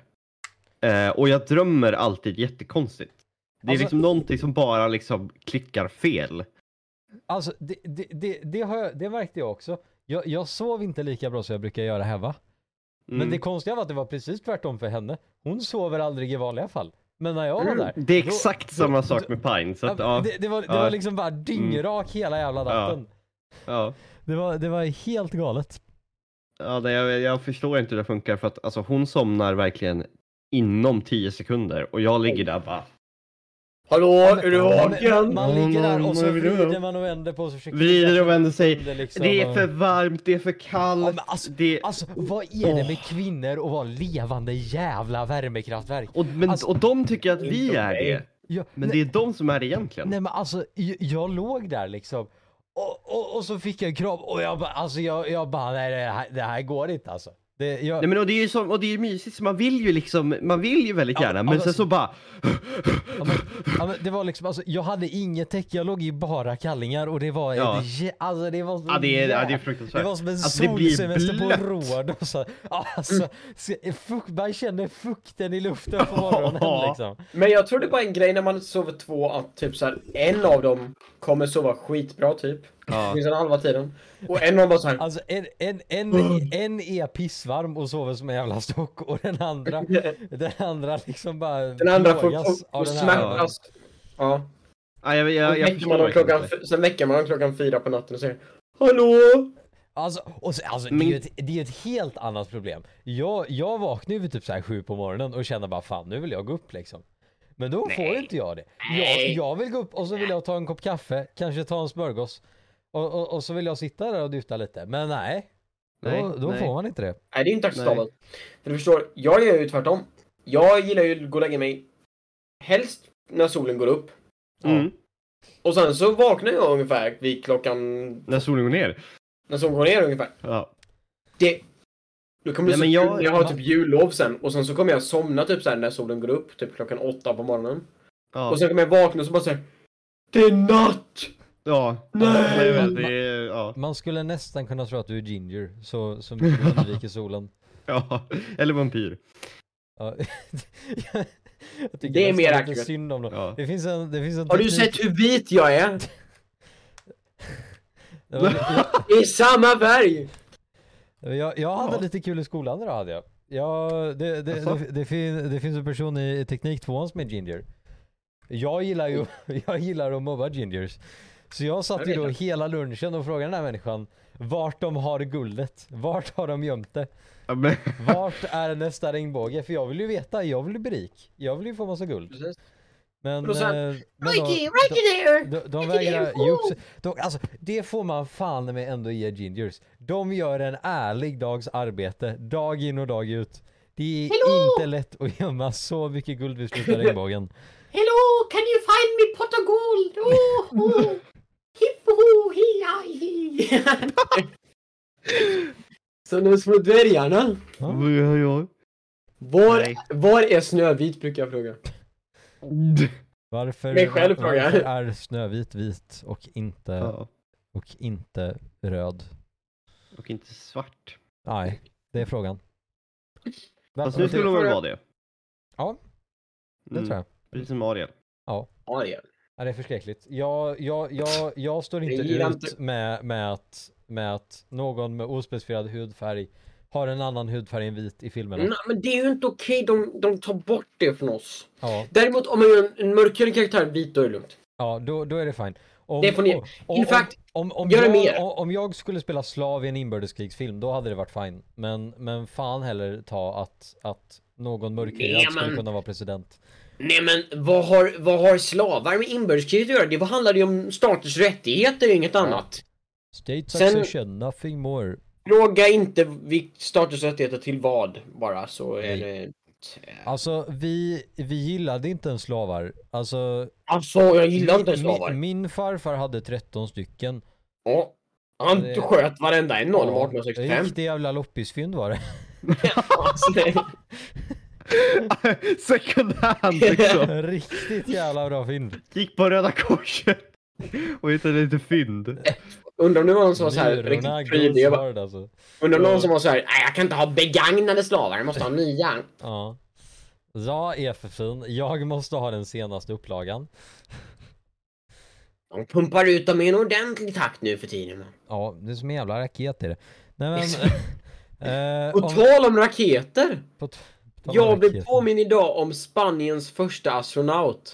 Eh, och jag drömmer alltid jättekonstigt. Det är alltså, liksom någonting som bara liksom klickar fel. Alltså det, det, det, det, har jag, det märkte jag också. Jag, jag sov inte lika bra som jag brukar göra hemma. Mm. Men det konstiga var att det var precis tvärtom för henne. Hon sover aldrig i vanliga fall. Men när jag var där... Det är exakt då, samma då, sak med Pine. Så att, ja, ja, det, det, var, det ja. var liksom bara dyngrak mm. hela jävla natten. Ja. Ja. Det, var, det var helt galet. Ja, det, jag, jag förstår inte hur det funkar. För att alltså, hon somnar verkligen inom tio sekunder. Och jag ligger där bara... Hallå, är du vaken? Man, man ligger där och så vrider man och vänder på sig. Vrider och vänder sig. Liksom, det är för varmt, det är för kallt. Ja, men alltså, det... alltså, vad är det med kvinnor och vara levande jävla värmekraftverk? Och, men, alltså, och de tycker att vi är det. Ja, men nej, det är de som är det egentligen. Nej men alltså, jag, jag låg där liksom. Och, och, och så fick jag en kram. Och jag bara, alltså jag, jag bara, nej det här, det här går inte alltså. Det, jag... Nej, men och det är ju som, och det är ju mysigt så man vill ju liksom man vill ju väldigt gärna ja, men alltså, sen så bara ja, men, ja, men det var liksom alltså jag hade inget täcke, jag låg i bara kallingar och det var ja. ett, alltså det var så ja, det är ja, det är fruktansvärt. Det var som en alltså, solsemester på råd och så alltså fukt, man känner fukten i luften på morgonen ja. liksom. Men jag tror det är bara en grej när man sover två att typ så här en av dem kommer sova skitbra typ. Ja. Minst en halva tiden. Och en av dem bara så här. Alltså en, en, en, en är pissvarm och sover som en jävla stock. Och den andra den andra liksom bara den andra får, får, får smärtas. Ja. Ja, jag, jag, jag förstår man klockan, sen väcker man klockan fyra på natten och säger hallå? Alltså, och så, alltså Men... det är ju ett, det är ett helt annat problem. Jag, jag vaknar ju typ så här sju på morgonen och känner bara fan, nu vill jag gå upp liksom. Men då Nej. får inte jag det. Jag, jag vill gå upp och så vill jag ta en kopp kaffe, kanske ta en smörgås. Och, och, och så vill jag sitta där och dyfta lite. Men nej, nej då, då nej. får man inte det. Nej, det är inte acceptabelt. För du förstår, jag gör ju tvärtom. Jag gillar ju att gå och lägga mig helst när solen går upp. Mm. Och sen så vaknar jag ungefär vid klockan... När solen går ner? När solen går ner ungefär. Ja. Det... Då kommer det Nej, så men kul jag- när jag har typ jullov sen. Och sen så kommer jag somna typ såhär när solen går upp. Typ klockan åtta på morgonen. Ja. Och sen kommer jag vakna och så bara säga det är natt! Ja. Nej. Jag vet, det är, ja. Man skulle nästan kunna tro att du är ginger, så, så mycket du undviker solen. Ja. Eller vampyr. Ja. Jag tycker Det är nästan mer lite accurate. synd om dem. Ja. Det finns en, det finns en Har du teknik- sett hur vit jag är? Det var- Det är samma färg! Jag, jag hade Ja. lite kul i skolan där hade jag. Ja, det, det, Asså? det, det, fin, det finns en person i teknik två som är ginger. Jag gillar ju jag gillar att mobba gingers. Så jag satt Jag ju vet då det. hela lunchen och frågade den här människan vart de har guldet. Vart har de gömt det? Ja, men, Vart är nästa regnbåge? För jag vill ju veta, jag vill bli rik. Jag vill ju få massa guld. Precis. Men, Och då sa han, eh, men Right då- there, right there! De, de Right there, vägrar oh! ju också, de, alltså det får man fan med ändå ge gingers. De gör en ärlig dags arbete, dag in och dag ut. Det är Hello! inte lätt att gömma så mycket guld vid slutet av regnbågen. Hello, can you find me pot of gold? Oh, oh. Hippo, hi, hi, hi. Så de små dvärgarna. ja, ja. Var, Nej. var är Snövit brukar jag fråga. Varför, Mig själv var- frågar jag. varför är Snövit vit och inte, Ja. och inte röd? Och inte svart. Nej, det är frågan. Fast Välkommen nu skulle till- hon väl vara det. Ja, det Mm, tror jag. Precis som Ariel. Ja, det är. Ja, det är förskräckligt. Jag, jag, jag, jag står inte Jag gillar ut inte- med, med, att, med att någon med ospecifierad hudfärg har en annan hudfärg än vit i filmerna. Nej, men det är ju inte okej. De, de tar bort det från oss. Ja, Däremot om man gör en, en mörkare karaktär vit, då är det lugnt. ja då, då är det fine. Om, Det får ni- om- om- in fact, om, om, gör det jag, mer. om, om jag skulle spela slav i en inbördeskrigsfilm, då hade det varit fine. Men, men fan heller ta att, att någon Nej, mörkhyad skulle men- kunna vara president. Nej men vad har, vad har slavar med inbördeskriget att göra? Det handlar ju om staters rättigheter och inget annat. State Sen- succession, nothing more. Fråga inte vil- staters rättigheter till vad bara, så är Nej. det... Alltså, vi, vi gillade inte en slavar. Alltså, Alltså, jag gillar inte min, slavar. min, min farfar hade tretton stycken. Ja. Han Det- sköt varenda en av dem Ja, arton sextiofem. riktig jävla loppisfynd var det. Alltså, det- Second hand liksom. Riktigt jävla bra fynd. Gick på Röda Korset. Och hittade lite fynd. Undrar om det var någon som var så här Myrorna riktigt prydlig. Jag bara- goes hard, alltså. Undrar om Ja. någon som var så här, nej jag kan inte ha begagnade slavar, jag måste ha nya. Ja. Jag är för fin. Jag måste ha den senaste upplagan. De pumpar ut dem i en ordentlig takt nu för tiden. Ja, det är som en jävla raket i det. Nej men... eh, Och om- tal om raketer. på t- tal om Jag blev raketer. påminn idag om Spaniens första astronaut.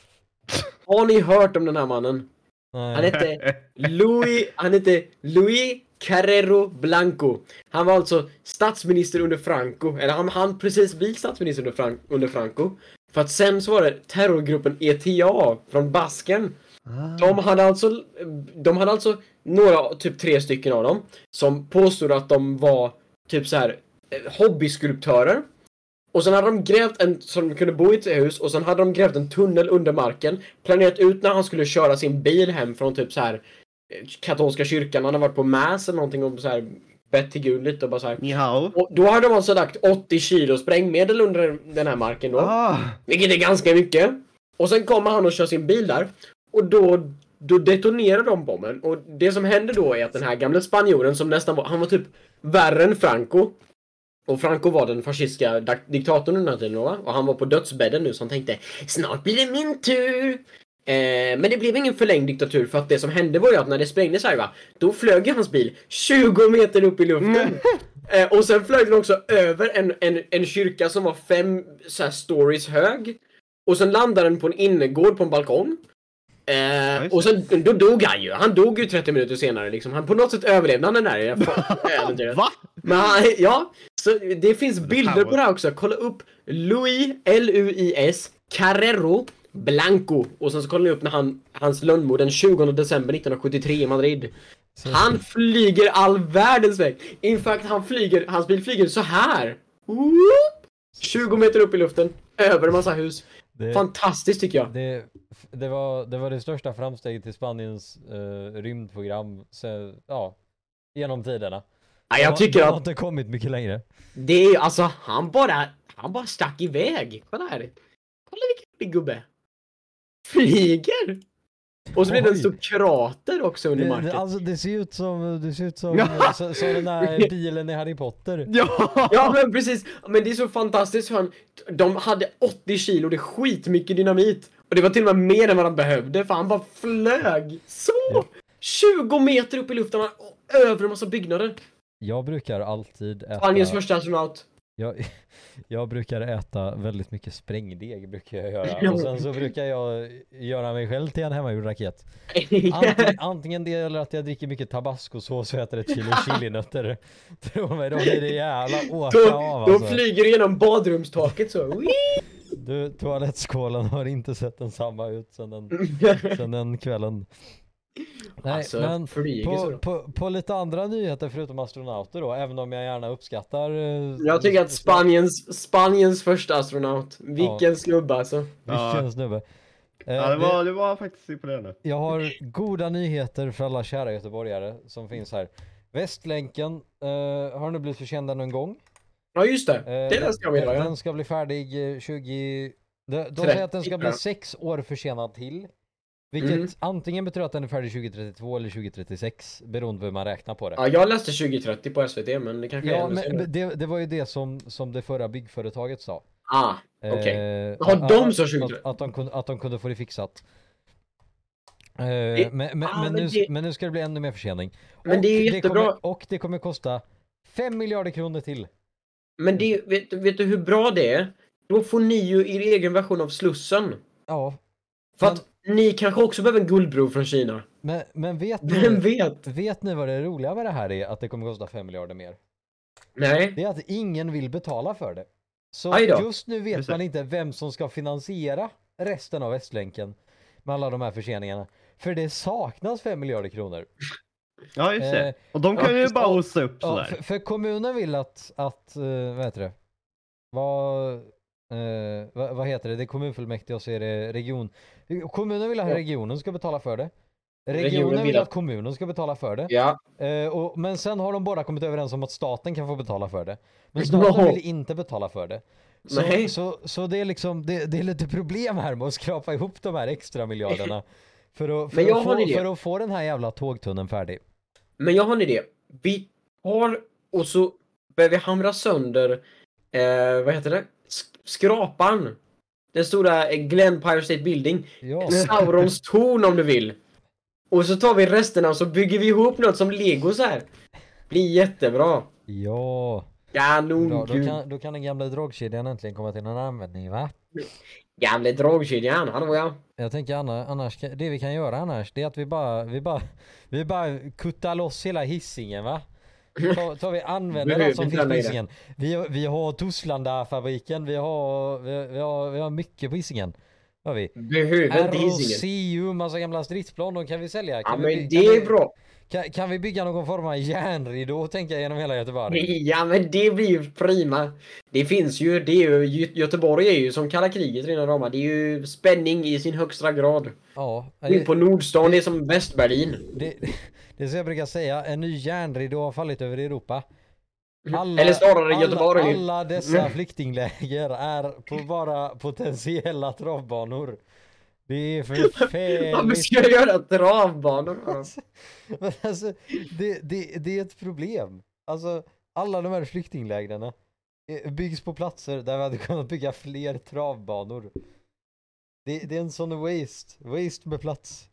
Har ni hört om den här mannen? Nej. Han hette Louis, han hette Louis Carrero Blanco. Han var alltså statsminister under Franco. Eller han han precis bli statsminister under, Fran, under Franco. För att sen så var det terrorgruppen E T A från Basken. De hade alltså, de hade alltså några, typ tre stycken av dem, som påstod att de var typ så här eh, hobbyskulptörer. Och sen hade de grävt en, som kunde bo i ett hus, och sen hade de grävt en tunnel under marken, planerat ut när han skulle köra sin bil hem från typ så här eh, katolska kyrkan. Han hade varit på mass eller någonting och så här bett till Gud lite och bara så här. Ni hao. Och då hade de alltså lagt åttio kilo sprängmedel under den här marken då. Ah. Vilket är ganska mycket. Och sen kommer han och kör sin bil där. Och då, då detonerar de bomben. Och det som händer då är att den här gamla spanjoren som nästan var, han var typ värre än Franco. Och Franco var den fascistiska dak- diktatorn under den här tiden, va? Och han var på dödsbädden nu, så han tänkte snart blir det min tur. Eh, men det blev ingen förlängd diktatur, för att det som hände var ju att när det sprängdes här, va, då flög ju hans bil tjugo meter upp i luften. Eh, och sen flög den också över en, en, en kyrka som var fem så här, stories hög. Och sen landade den på en innergård på en balkong. Eh, just och sen då dog han ju. Han dog ju trettio minuter senare liksom. Han på något sätt överlevde han den där äventyret. Va? Men han, ja, så det finns bilder var- på det här också. Kolla upp Louis, L U I S, Carrero Blanco. Och sen så kollar ni upp när han, hans lönnmord den tjugonde december nittonhundrasjuttiotre i Madrid. Han flyger all världens väg. In fact, han flyger, hans bil flyger så här. Whoop! tjugo meter upp i luften. Över en massa hus. Det, Fantastiskt tycker jag. det, det, var, det var det största framsteget till Spaniens eh, rymdprogram. Så, ja, genom tiderna. Ja, jag tycker de har att inte kommit mycket längre. det är alltså han bara han bara stack iväg. Kolla här. Kolla vilken gubbe. Flyger. Och så blir det en Oj. stor krater också under Det, marken. det, alltså det ser ut som, det ser ut som, Ja. så, så den där bilen i Harry Potter. Ja! Ja men precis, men det är så fantastiskt hur han, de hade åttio kilo, det är skitmycket dynamit. Och det var till och med mer än vad de behövde, för han bara flög så Ja. tjugo meter upp i luften och över en massa byggnader. Jag brukar alltid äta... Spaniens första astronaut. Jag, jag brukar äta väldigt mycket sprängdeg brukar jag göra. Ja. Och sen så brukar jag göra mig själv till en hemmagjord raket. Antingen, antingen det eller att jag dricker mycket tabascosås och äter ett kilo chilinötter. Tro mig, då blir det jävla åka Då, av då alltså. flyger du genom badrumstaket så. Du, toalettskålen har inte sett densamma ut sen den, sen den kvällen. Nej, Alltså, men flyger så på, då. på, på lite andra nyheter förutom astronauter då, även om jag gärna uppskattar... eh, Jag tycker att Spaniens, Spaniens första astronaut, vilken Ja. snubbe alltså. Vilken Ja. snubbe. Eh, Ja, det var, det var faktiskt imponerande. Jag har goda nyheter för alla kära göteborgare som finns här. Västlänken eh, har nu blivit förkänd ännu en gång. Ja just det, Eh, det läste jag med den, ja. den ska bli färdig eh, tjugo... De, de trettio, säger att den ska bli ja. sex år försenad till. Vilket Mm. antingen betyder att den är färdig tjugo trettiotvå eller tjugo trettiosex, beroende på hur man räknar på det. Ja, jag läste tjugo trettio på S V T, men det kanske är Ja, ännu men senare. det, det var ju det som, som det förra byggföretaget sa. Ah, okej. Eh, Har att- de så att, tjugo att, trettio? att, de kunde, att de kunde få det fixat. Eh, Det- men, men, ah, men, men nu, det- men nu ska det bli ännu mer försening. Men och det är ju jättebra. kommer, och det kommer kosta fem miljarder kronor till. Men det, vet, vet du hur bra det är? Då får ni ju er egen version av Slussen. Ja, För Men- att ni kanske också behöver en guldbro från Kina. men, men vet, Vem ni, vet? vet ni vad det roliga med det här är? Att det kommer kosta fem miljarder mer. Nej. Det är att ingen vill betala för det. Så Aj då. just nu vet Just det. man inte vem som ska finansiera resten av Västlänken med alla de här förseningarna. För det saknas fem miljarder kronor. Ja, just det. Eh, Och de kan ja, ju just- bara hosta upp Ja, sådär. för, för kommunen vill att, att uh, vad heter det? Vad, eh, vad, vad heter det? Det är kommunfullmäktige och så är det region. Kommunen vill att Ja. regionen ska betala för det. Regionen Regionen vill vill att- att kommunen ska betala för det. Ja. Eh, och, men sen har de båda kommit överens om att staten kan få betala för det. Men staten Ja. vill inte betala för det. Så, Nej. så, så det är liksom, det, det är lite problem här med att skrapa ihop de här extra miljarderna. För att, för Men jag att, har en få, idé. för att få den här jävla tågtunneln färdig. Men jag har en idé. Vi tar och så börjar vi hamra sönder, eh, vad heter det? Sk- skrapan. Den stora eh, Glen Empire State Building. Ja. Saurons torn om du vill. Och så tar vi resterna och så bygger vi ihop något som Lego så här. Blir jättebra. Ja. Kanon, Bra, då, gud. kan, då kan den gamla dragkedjan äntligen komma till någon användning, va? Gamla dragkedjan, hallå ja. Jag tänker Anna, annars, kan- det vi kan göra annars, det är att vi bara, vi bara, vi bara kuttar loss hela Hisingen, va? Tar, tar vi använder Behöver allt som inte finns på längre. Hisingen. Vi, har- vi har Torslanda-fabriken, vi har, vi, vi, har, vi har mycket på Hisingen. Har vi? Behöver inte Hisingen. R O C U, massa gamla stridsplan, de kan vi sälja. Kan Ja vi, men by- det kan är vi, bra. Kan, kan vi bygga någon form av järnridå, tänker jag, genom hela Göteborg? Ja men det blir ju prima. Det finns ju, det är ju, Gö- Göteborg är ju som kalla kriget redan rama. Det är ju spänning i sin högsta grad. Ja. In på Nordstan, det är som Västberlin. Det, det är så jag brukar säga, en ny järnridå har fallit över Europa. Alla, Eller snarare Göteborg. Alla, alla dessa flyktingläger är på bara potentiella travbanor. Det är Varför förfärligt. ska jag göra travbanor? Men alltså, det, det, det är ett problem. Alltså, alla de här flyktinglägren eh, byggs på platser där vi hade kunnat bygga fler travbanor. Det, det är en sån waste. Waste med plats.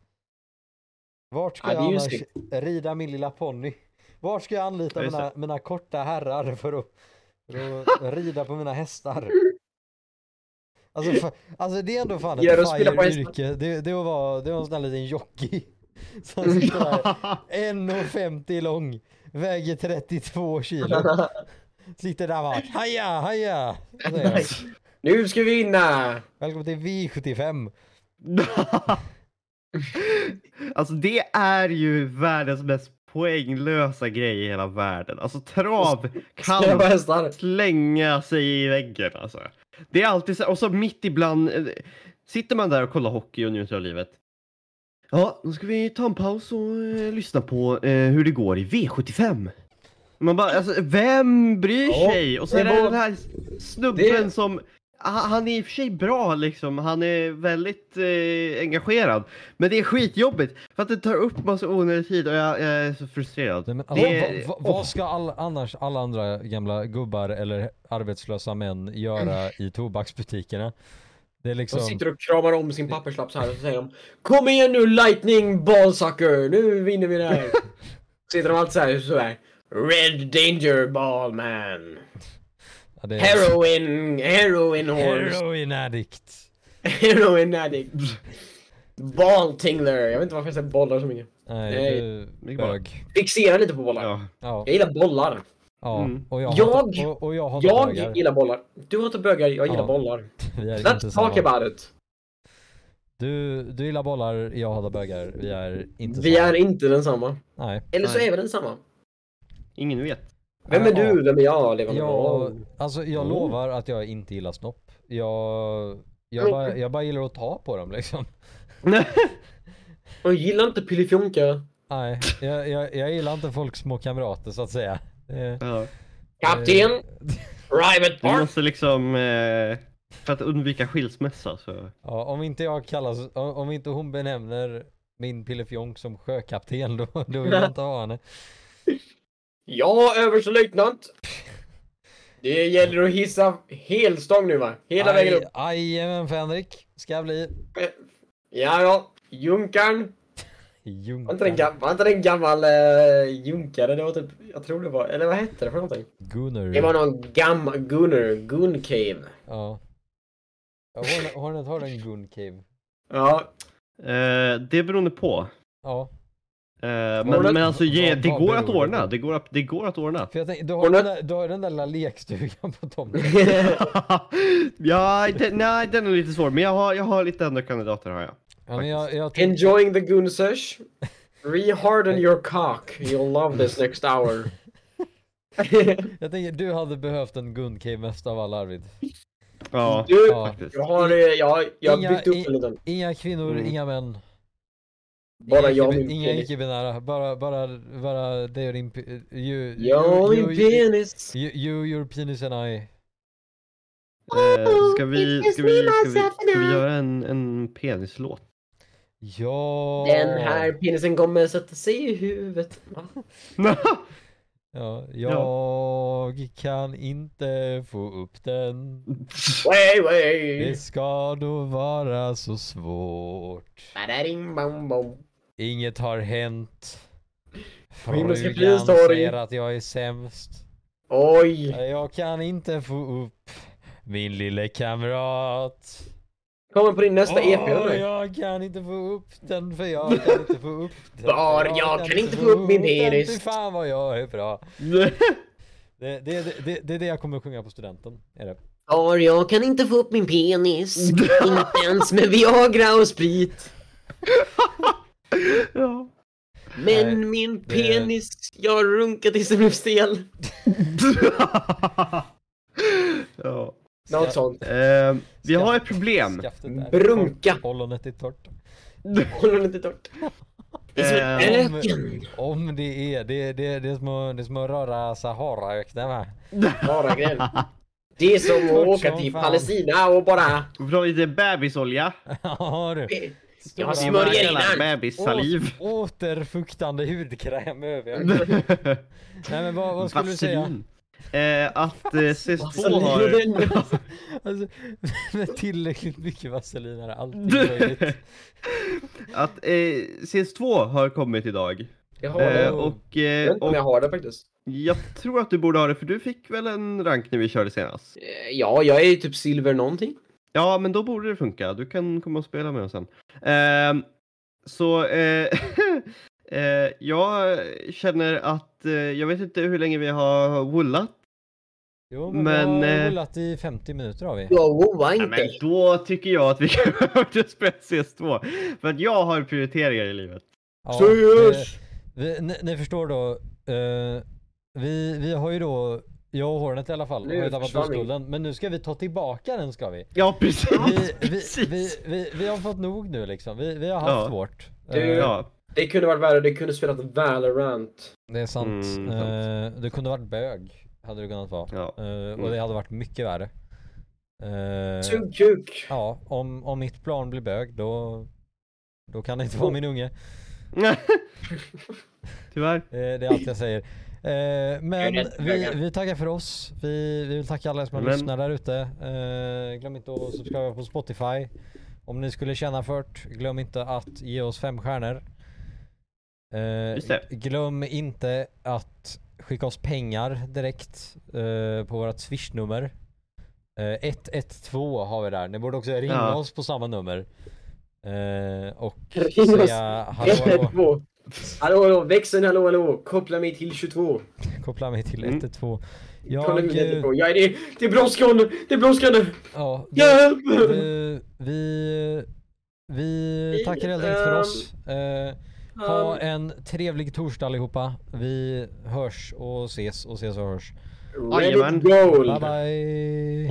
Vart ska Ja, det är jag ju annars snyggt. rida min lilla ponny? Vart ska jag anlita Ja, just mina, mina korta herrar för att, för att rida på mina hästar? Alltså, fa, alltså det är ändå fan Gör ett att spela på hästar. fire-yrke. Det, det, var vara, det var en sån där liten jockey. Som sitter där, en komma femtio lång, väger trettiotvå kilo. Sitter där bak. Haja, haja! säger han. Nu ska vi vinna! Välkommen till V sjuttiofem. Alltså det är ju världens mest poänglösa grej i hela världen. Alltså trav Ska jag vara kan hästar? slänga sig i väggen alltså. Det är alltid så, och så mitt ibland eh, sitter man där och kollar hockey och njuter av livet. Ja, då ska vi ta en paus och eh, lyssna på eh, hur det går i V sjuttiofem. Man bara, alltså, vem bryr Ja, sig? Och så det är det var- den här snubben det- som, han han är i och för sig bra liksom, han är väldigt eh, engagerad. Men det är skitjobbigt, för att det tar upp massa onödig tid och jag, jag är så frustrerad. Nej, men, alltså, Det- vad, vad, vad ska all, annars alla andra gamla gubbar eller arbetslösa män göra i tobaksbutikerna? Det är De liksom... sitter och kramar om sin papperslapp så här och så säger de: Kom igen nu lightning ballsucker, nu vinner vi det här. Sitter de alltid så här, så här. Red danger ball man. Ja, det är... Heroin, heroin horse. Heroin addict. Heroin addict. Ball tingler. Jag vet inte varför jag säger bollar så mycket. Nej, Nej, du det är bara- bög. Fixera lite på bollar. Ja. Ja, Jag gillar bollar. ja. Mm. Och jag, Jag- hatar, och, och jag hatar Jag bögar. gillar bollar. Du har inte bögar, jag gillar Ja. bollar. Vi är inte Let's samma. talk about it. Du, du gillar bollar, jag hatar bögar. Vi är inte Vi samma. är inte densamma. Nej. Eller så Nej. är vi densamma. Ingen vet. Vem är Ja. du? Vem är jag? Lever Jag, alltså jag Oh. lovar att jag inte gillar snopp. Jag, jag, bara, jag bara gillar att ta på dem liksom. Jag gillar inte pillifjonka. Nej, jag, jag, jag gillar inte folks små kamrater så att säga. Eh, Ja. Kapten! eh, Private Du part! måste liksom, eh, för att undvika skilsmässa så... Ja, om inte jag kallas, om, om inte hon benämner min pillefjonk som sjökapten då, då vill jag inte ha henne. Ja, överstelöjtnant! Det gäller att hissa helstång nu va? Hela vägen upp. Jajamän Fänrik, ska jag bli. Ja, ja. Junkarn. Var inte den, gam- var inte den gammal uh, junkare? Det var typ, jag tror det var, eller vad hette det för någonting? Gunnar. Det var någon gammal Gunnar, Gun Cave. Ja. Ja, Hornet, Hornet har en gun cave. Ja, Eh, det beror på. Ja. Eh, Hornet- men, men alltså, ge, vad- det vad går beror att det på? ordna. Det går att, det går att ordna. För jag tänkte, du har, Hornet- den där, du har den där lilla lekstugan på tomten. ja, det, nej, den är lite svår. Men jag har, jag har lite andra kandidater har jag. Ja, men jag, jag tänkte, enjoying the Gun sesh. Reharden your cock. You'll love this next hour. jag tänker, du hade behövt en gun cave mest av alla Arvid. Ja, Du, Ja. faktiskt. jag har, eh, jag, jag har Inga- byggt upp i- en liten. Inga kvinnor, Mm. inga män. Bara inga jag och icke- min Inga penis. icke-binära. Bara, bara, bara det är din... pe- You, Jag och you, min you, penis. you, you, your penis and I. Eh, ska, vi, ska, vi, ska, vi, ska vi göra en, en penislåt? Ja. Den här penisen kommer sätta sig i huvudet. Va? Ja, jag kan inte få upp den. Way, way. Det ska då vara så svårt. Badaring, bom, bom. Inget har hänt. Himmelska Frugan fridens torg. säger att jag är sämst. Oj. Jag kan inte få upp min lille kamrat. Kommer på din nästa E P. Åh, eller? jag kan inte få upp den för jag kan inte få upp den. Var, jag kan inte få upp min den, penis. Fy fan vad jag är bra. Det, det, det, det, det är det jag kommer att sjunga på studenten. Är det? Var, jag kan inte få upp min penis. Inte ens med Viagra och sprit. ja. Men Nej, min det- penis, jag har runkat tills den blev stel. ja. Något sånt. Eh, vi har ett problem. Skaftet är Brunka. torrt, Ollonet är torrt. Håller den inte torrt. Det är som en Eh, öken. Om, om det är, det, det, det är som att, det är som att röra Saharaöknen va? Bara grej. Det är som att Torrt åka som till fan. Palestina och bara... Vi får ha lite bebisolja. Ja du. Jag Det Det är smörjer vad jag in kallar den. bebissaliv. Å- återfuktande hudkräm över. Nej men vad, vad skulle du säga? Vaselin. Eh, att eh, C S två har... Alltså, med tillräckligt mycket vaselin är det alltid möjligt. Att eh, C S två har kommit idag. Jag har Eh, det. och, Jag vet eh, inte om och jag har det faktiskt. jag tror att du borde ha det, för du fick väl en rank när vi körde senast? Eh, Ja, jag är ju typ silver någonting. Ja, men då borde det funka. Du kan komma och spela med oss sen. Eh, så eh, eh, jag känner att, eh, jag vet inte hur länge vi har wullat. Jo men, Men, vi har eh, rullat i femtio minuter har vi. Jag woar Ja, inte. men då tycker jag att vi kan börja spela C S två. För att jag har prioriteringar i livet. Ja, Seriös! vi, vi, ni, ni förstår då, eh, vi, vi har ju då, jag och Hornet i alla fall, Nu har ju tappat försvann vi. oskulden. Men nu ska vi ta tillbaka den ska vi. Ja, precis. Vi, vi, precis. vi, vi, vi har fått nog nu liksom. Vi, vi har haft Ja. vårt. Du, Eh, Ja. Det kunde varit värre, det kunde spelat Valorant. Det är sant. Mm, sant. Eh, det kunde varit bög. Hade det kunnat vara. Ja. Eh, och Mm. det hade varit mycket värre. Eh, Sug kuk. ja, om, om mitt barn blir bög då, då kan det inte vara min unge. Tyvärr. Eh, det är allt jag säger. Eh, men rätt, vi, bögar. vi tackar för oss. Vi, vi vill tacka alla som har Men- lyssnat där ute. Eh, glöm inte att subscriba på Spotify. Om ni skulle känna för det, glöm inte att ge oss fem stjärnor. Eh, Just det. glöm inte att skicka oss pengar direkt eh, på vårt swishnummer. Eh, ett ett två har vi där. Ni borde också ringa Ja. oss på samma nummer. Eh, och Ring oss. säga hallå, ett ett hallå. två. Hallå, hallå, växeln, hallå, hallå. Koppla mig till tjugotvå. Koppla mig till Mm. ett ett två. Koppla mig Jag, till eh, ett ett två. Jag är det. Det är brådskande. Det är brådskande. ja, det, Hjälp! vi, vi, vi tackar helt enkelt för oss. Eh, ha en trevlig torsdag allihopa. Vi hörs och ses och ses och hörs. Ready Jajamän. gold. Bye bye!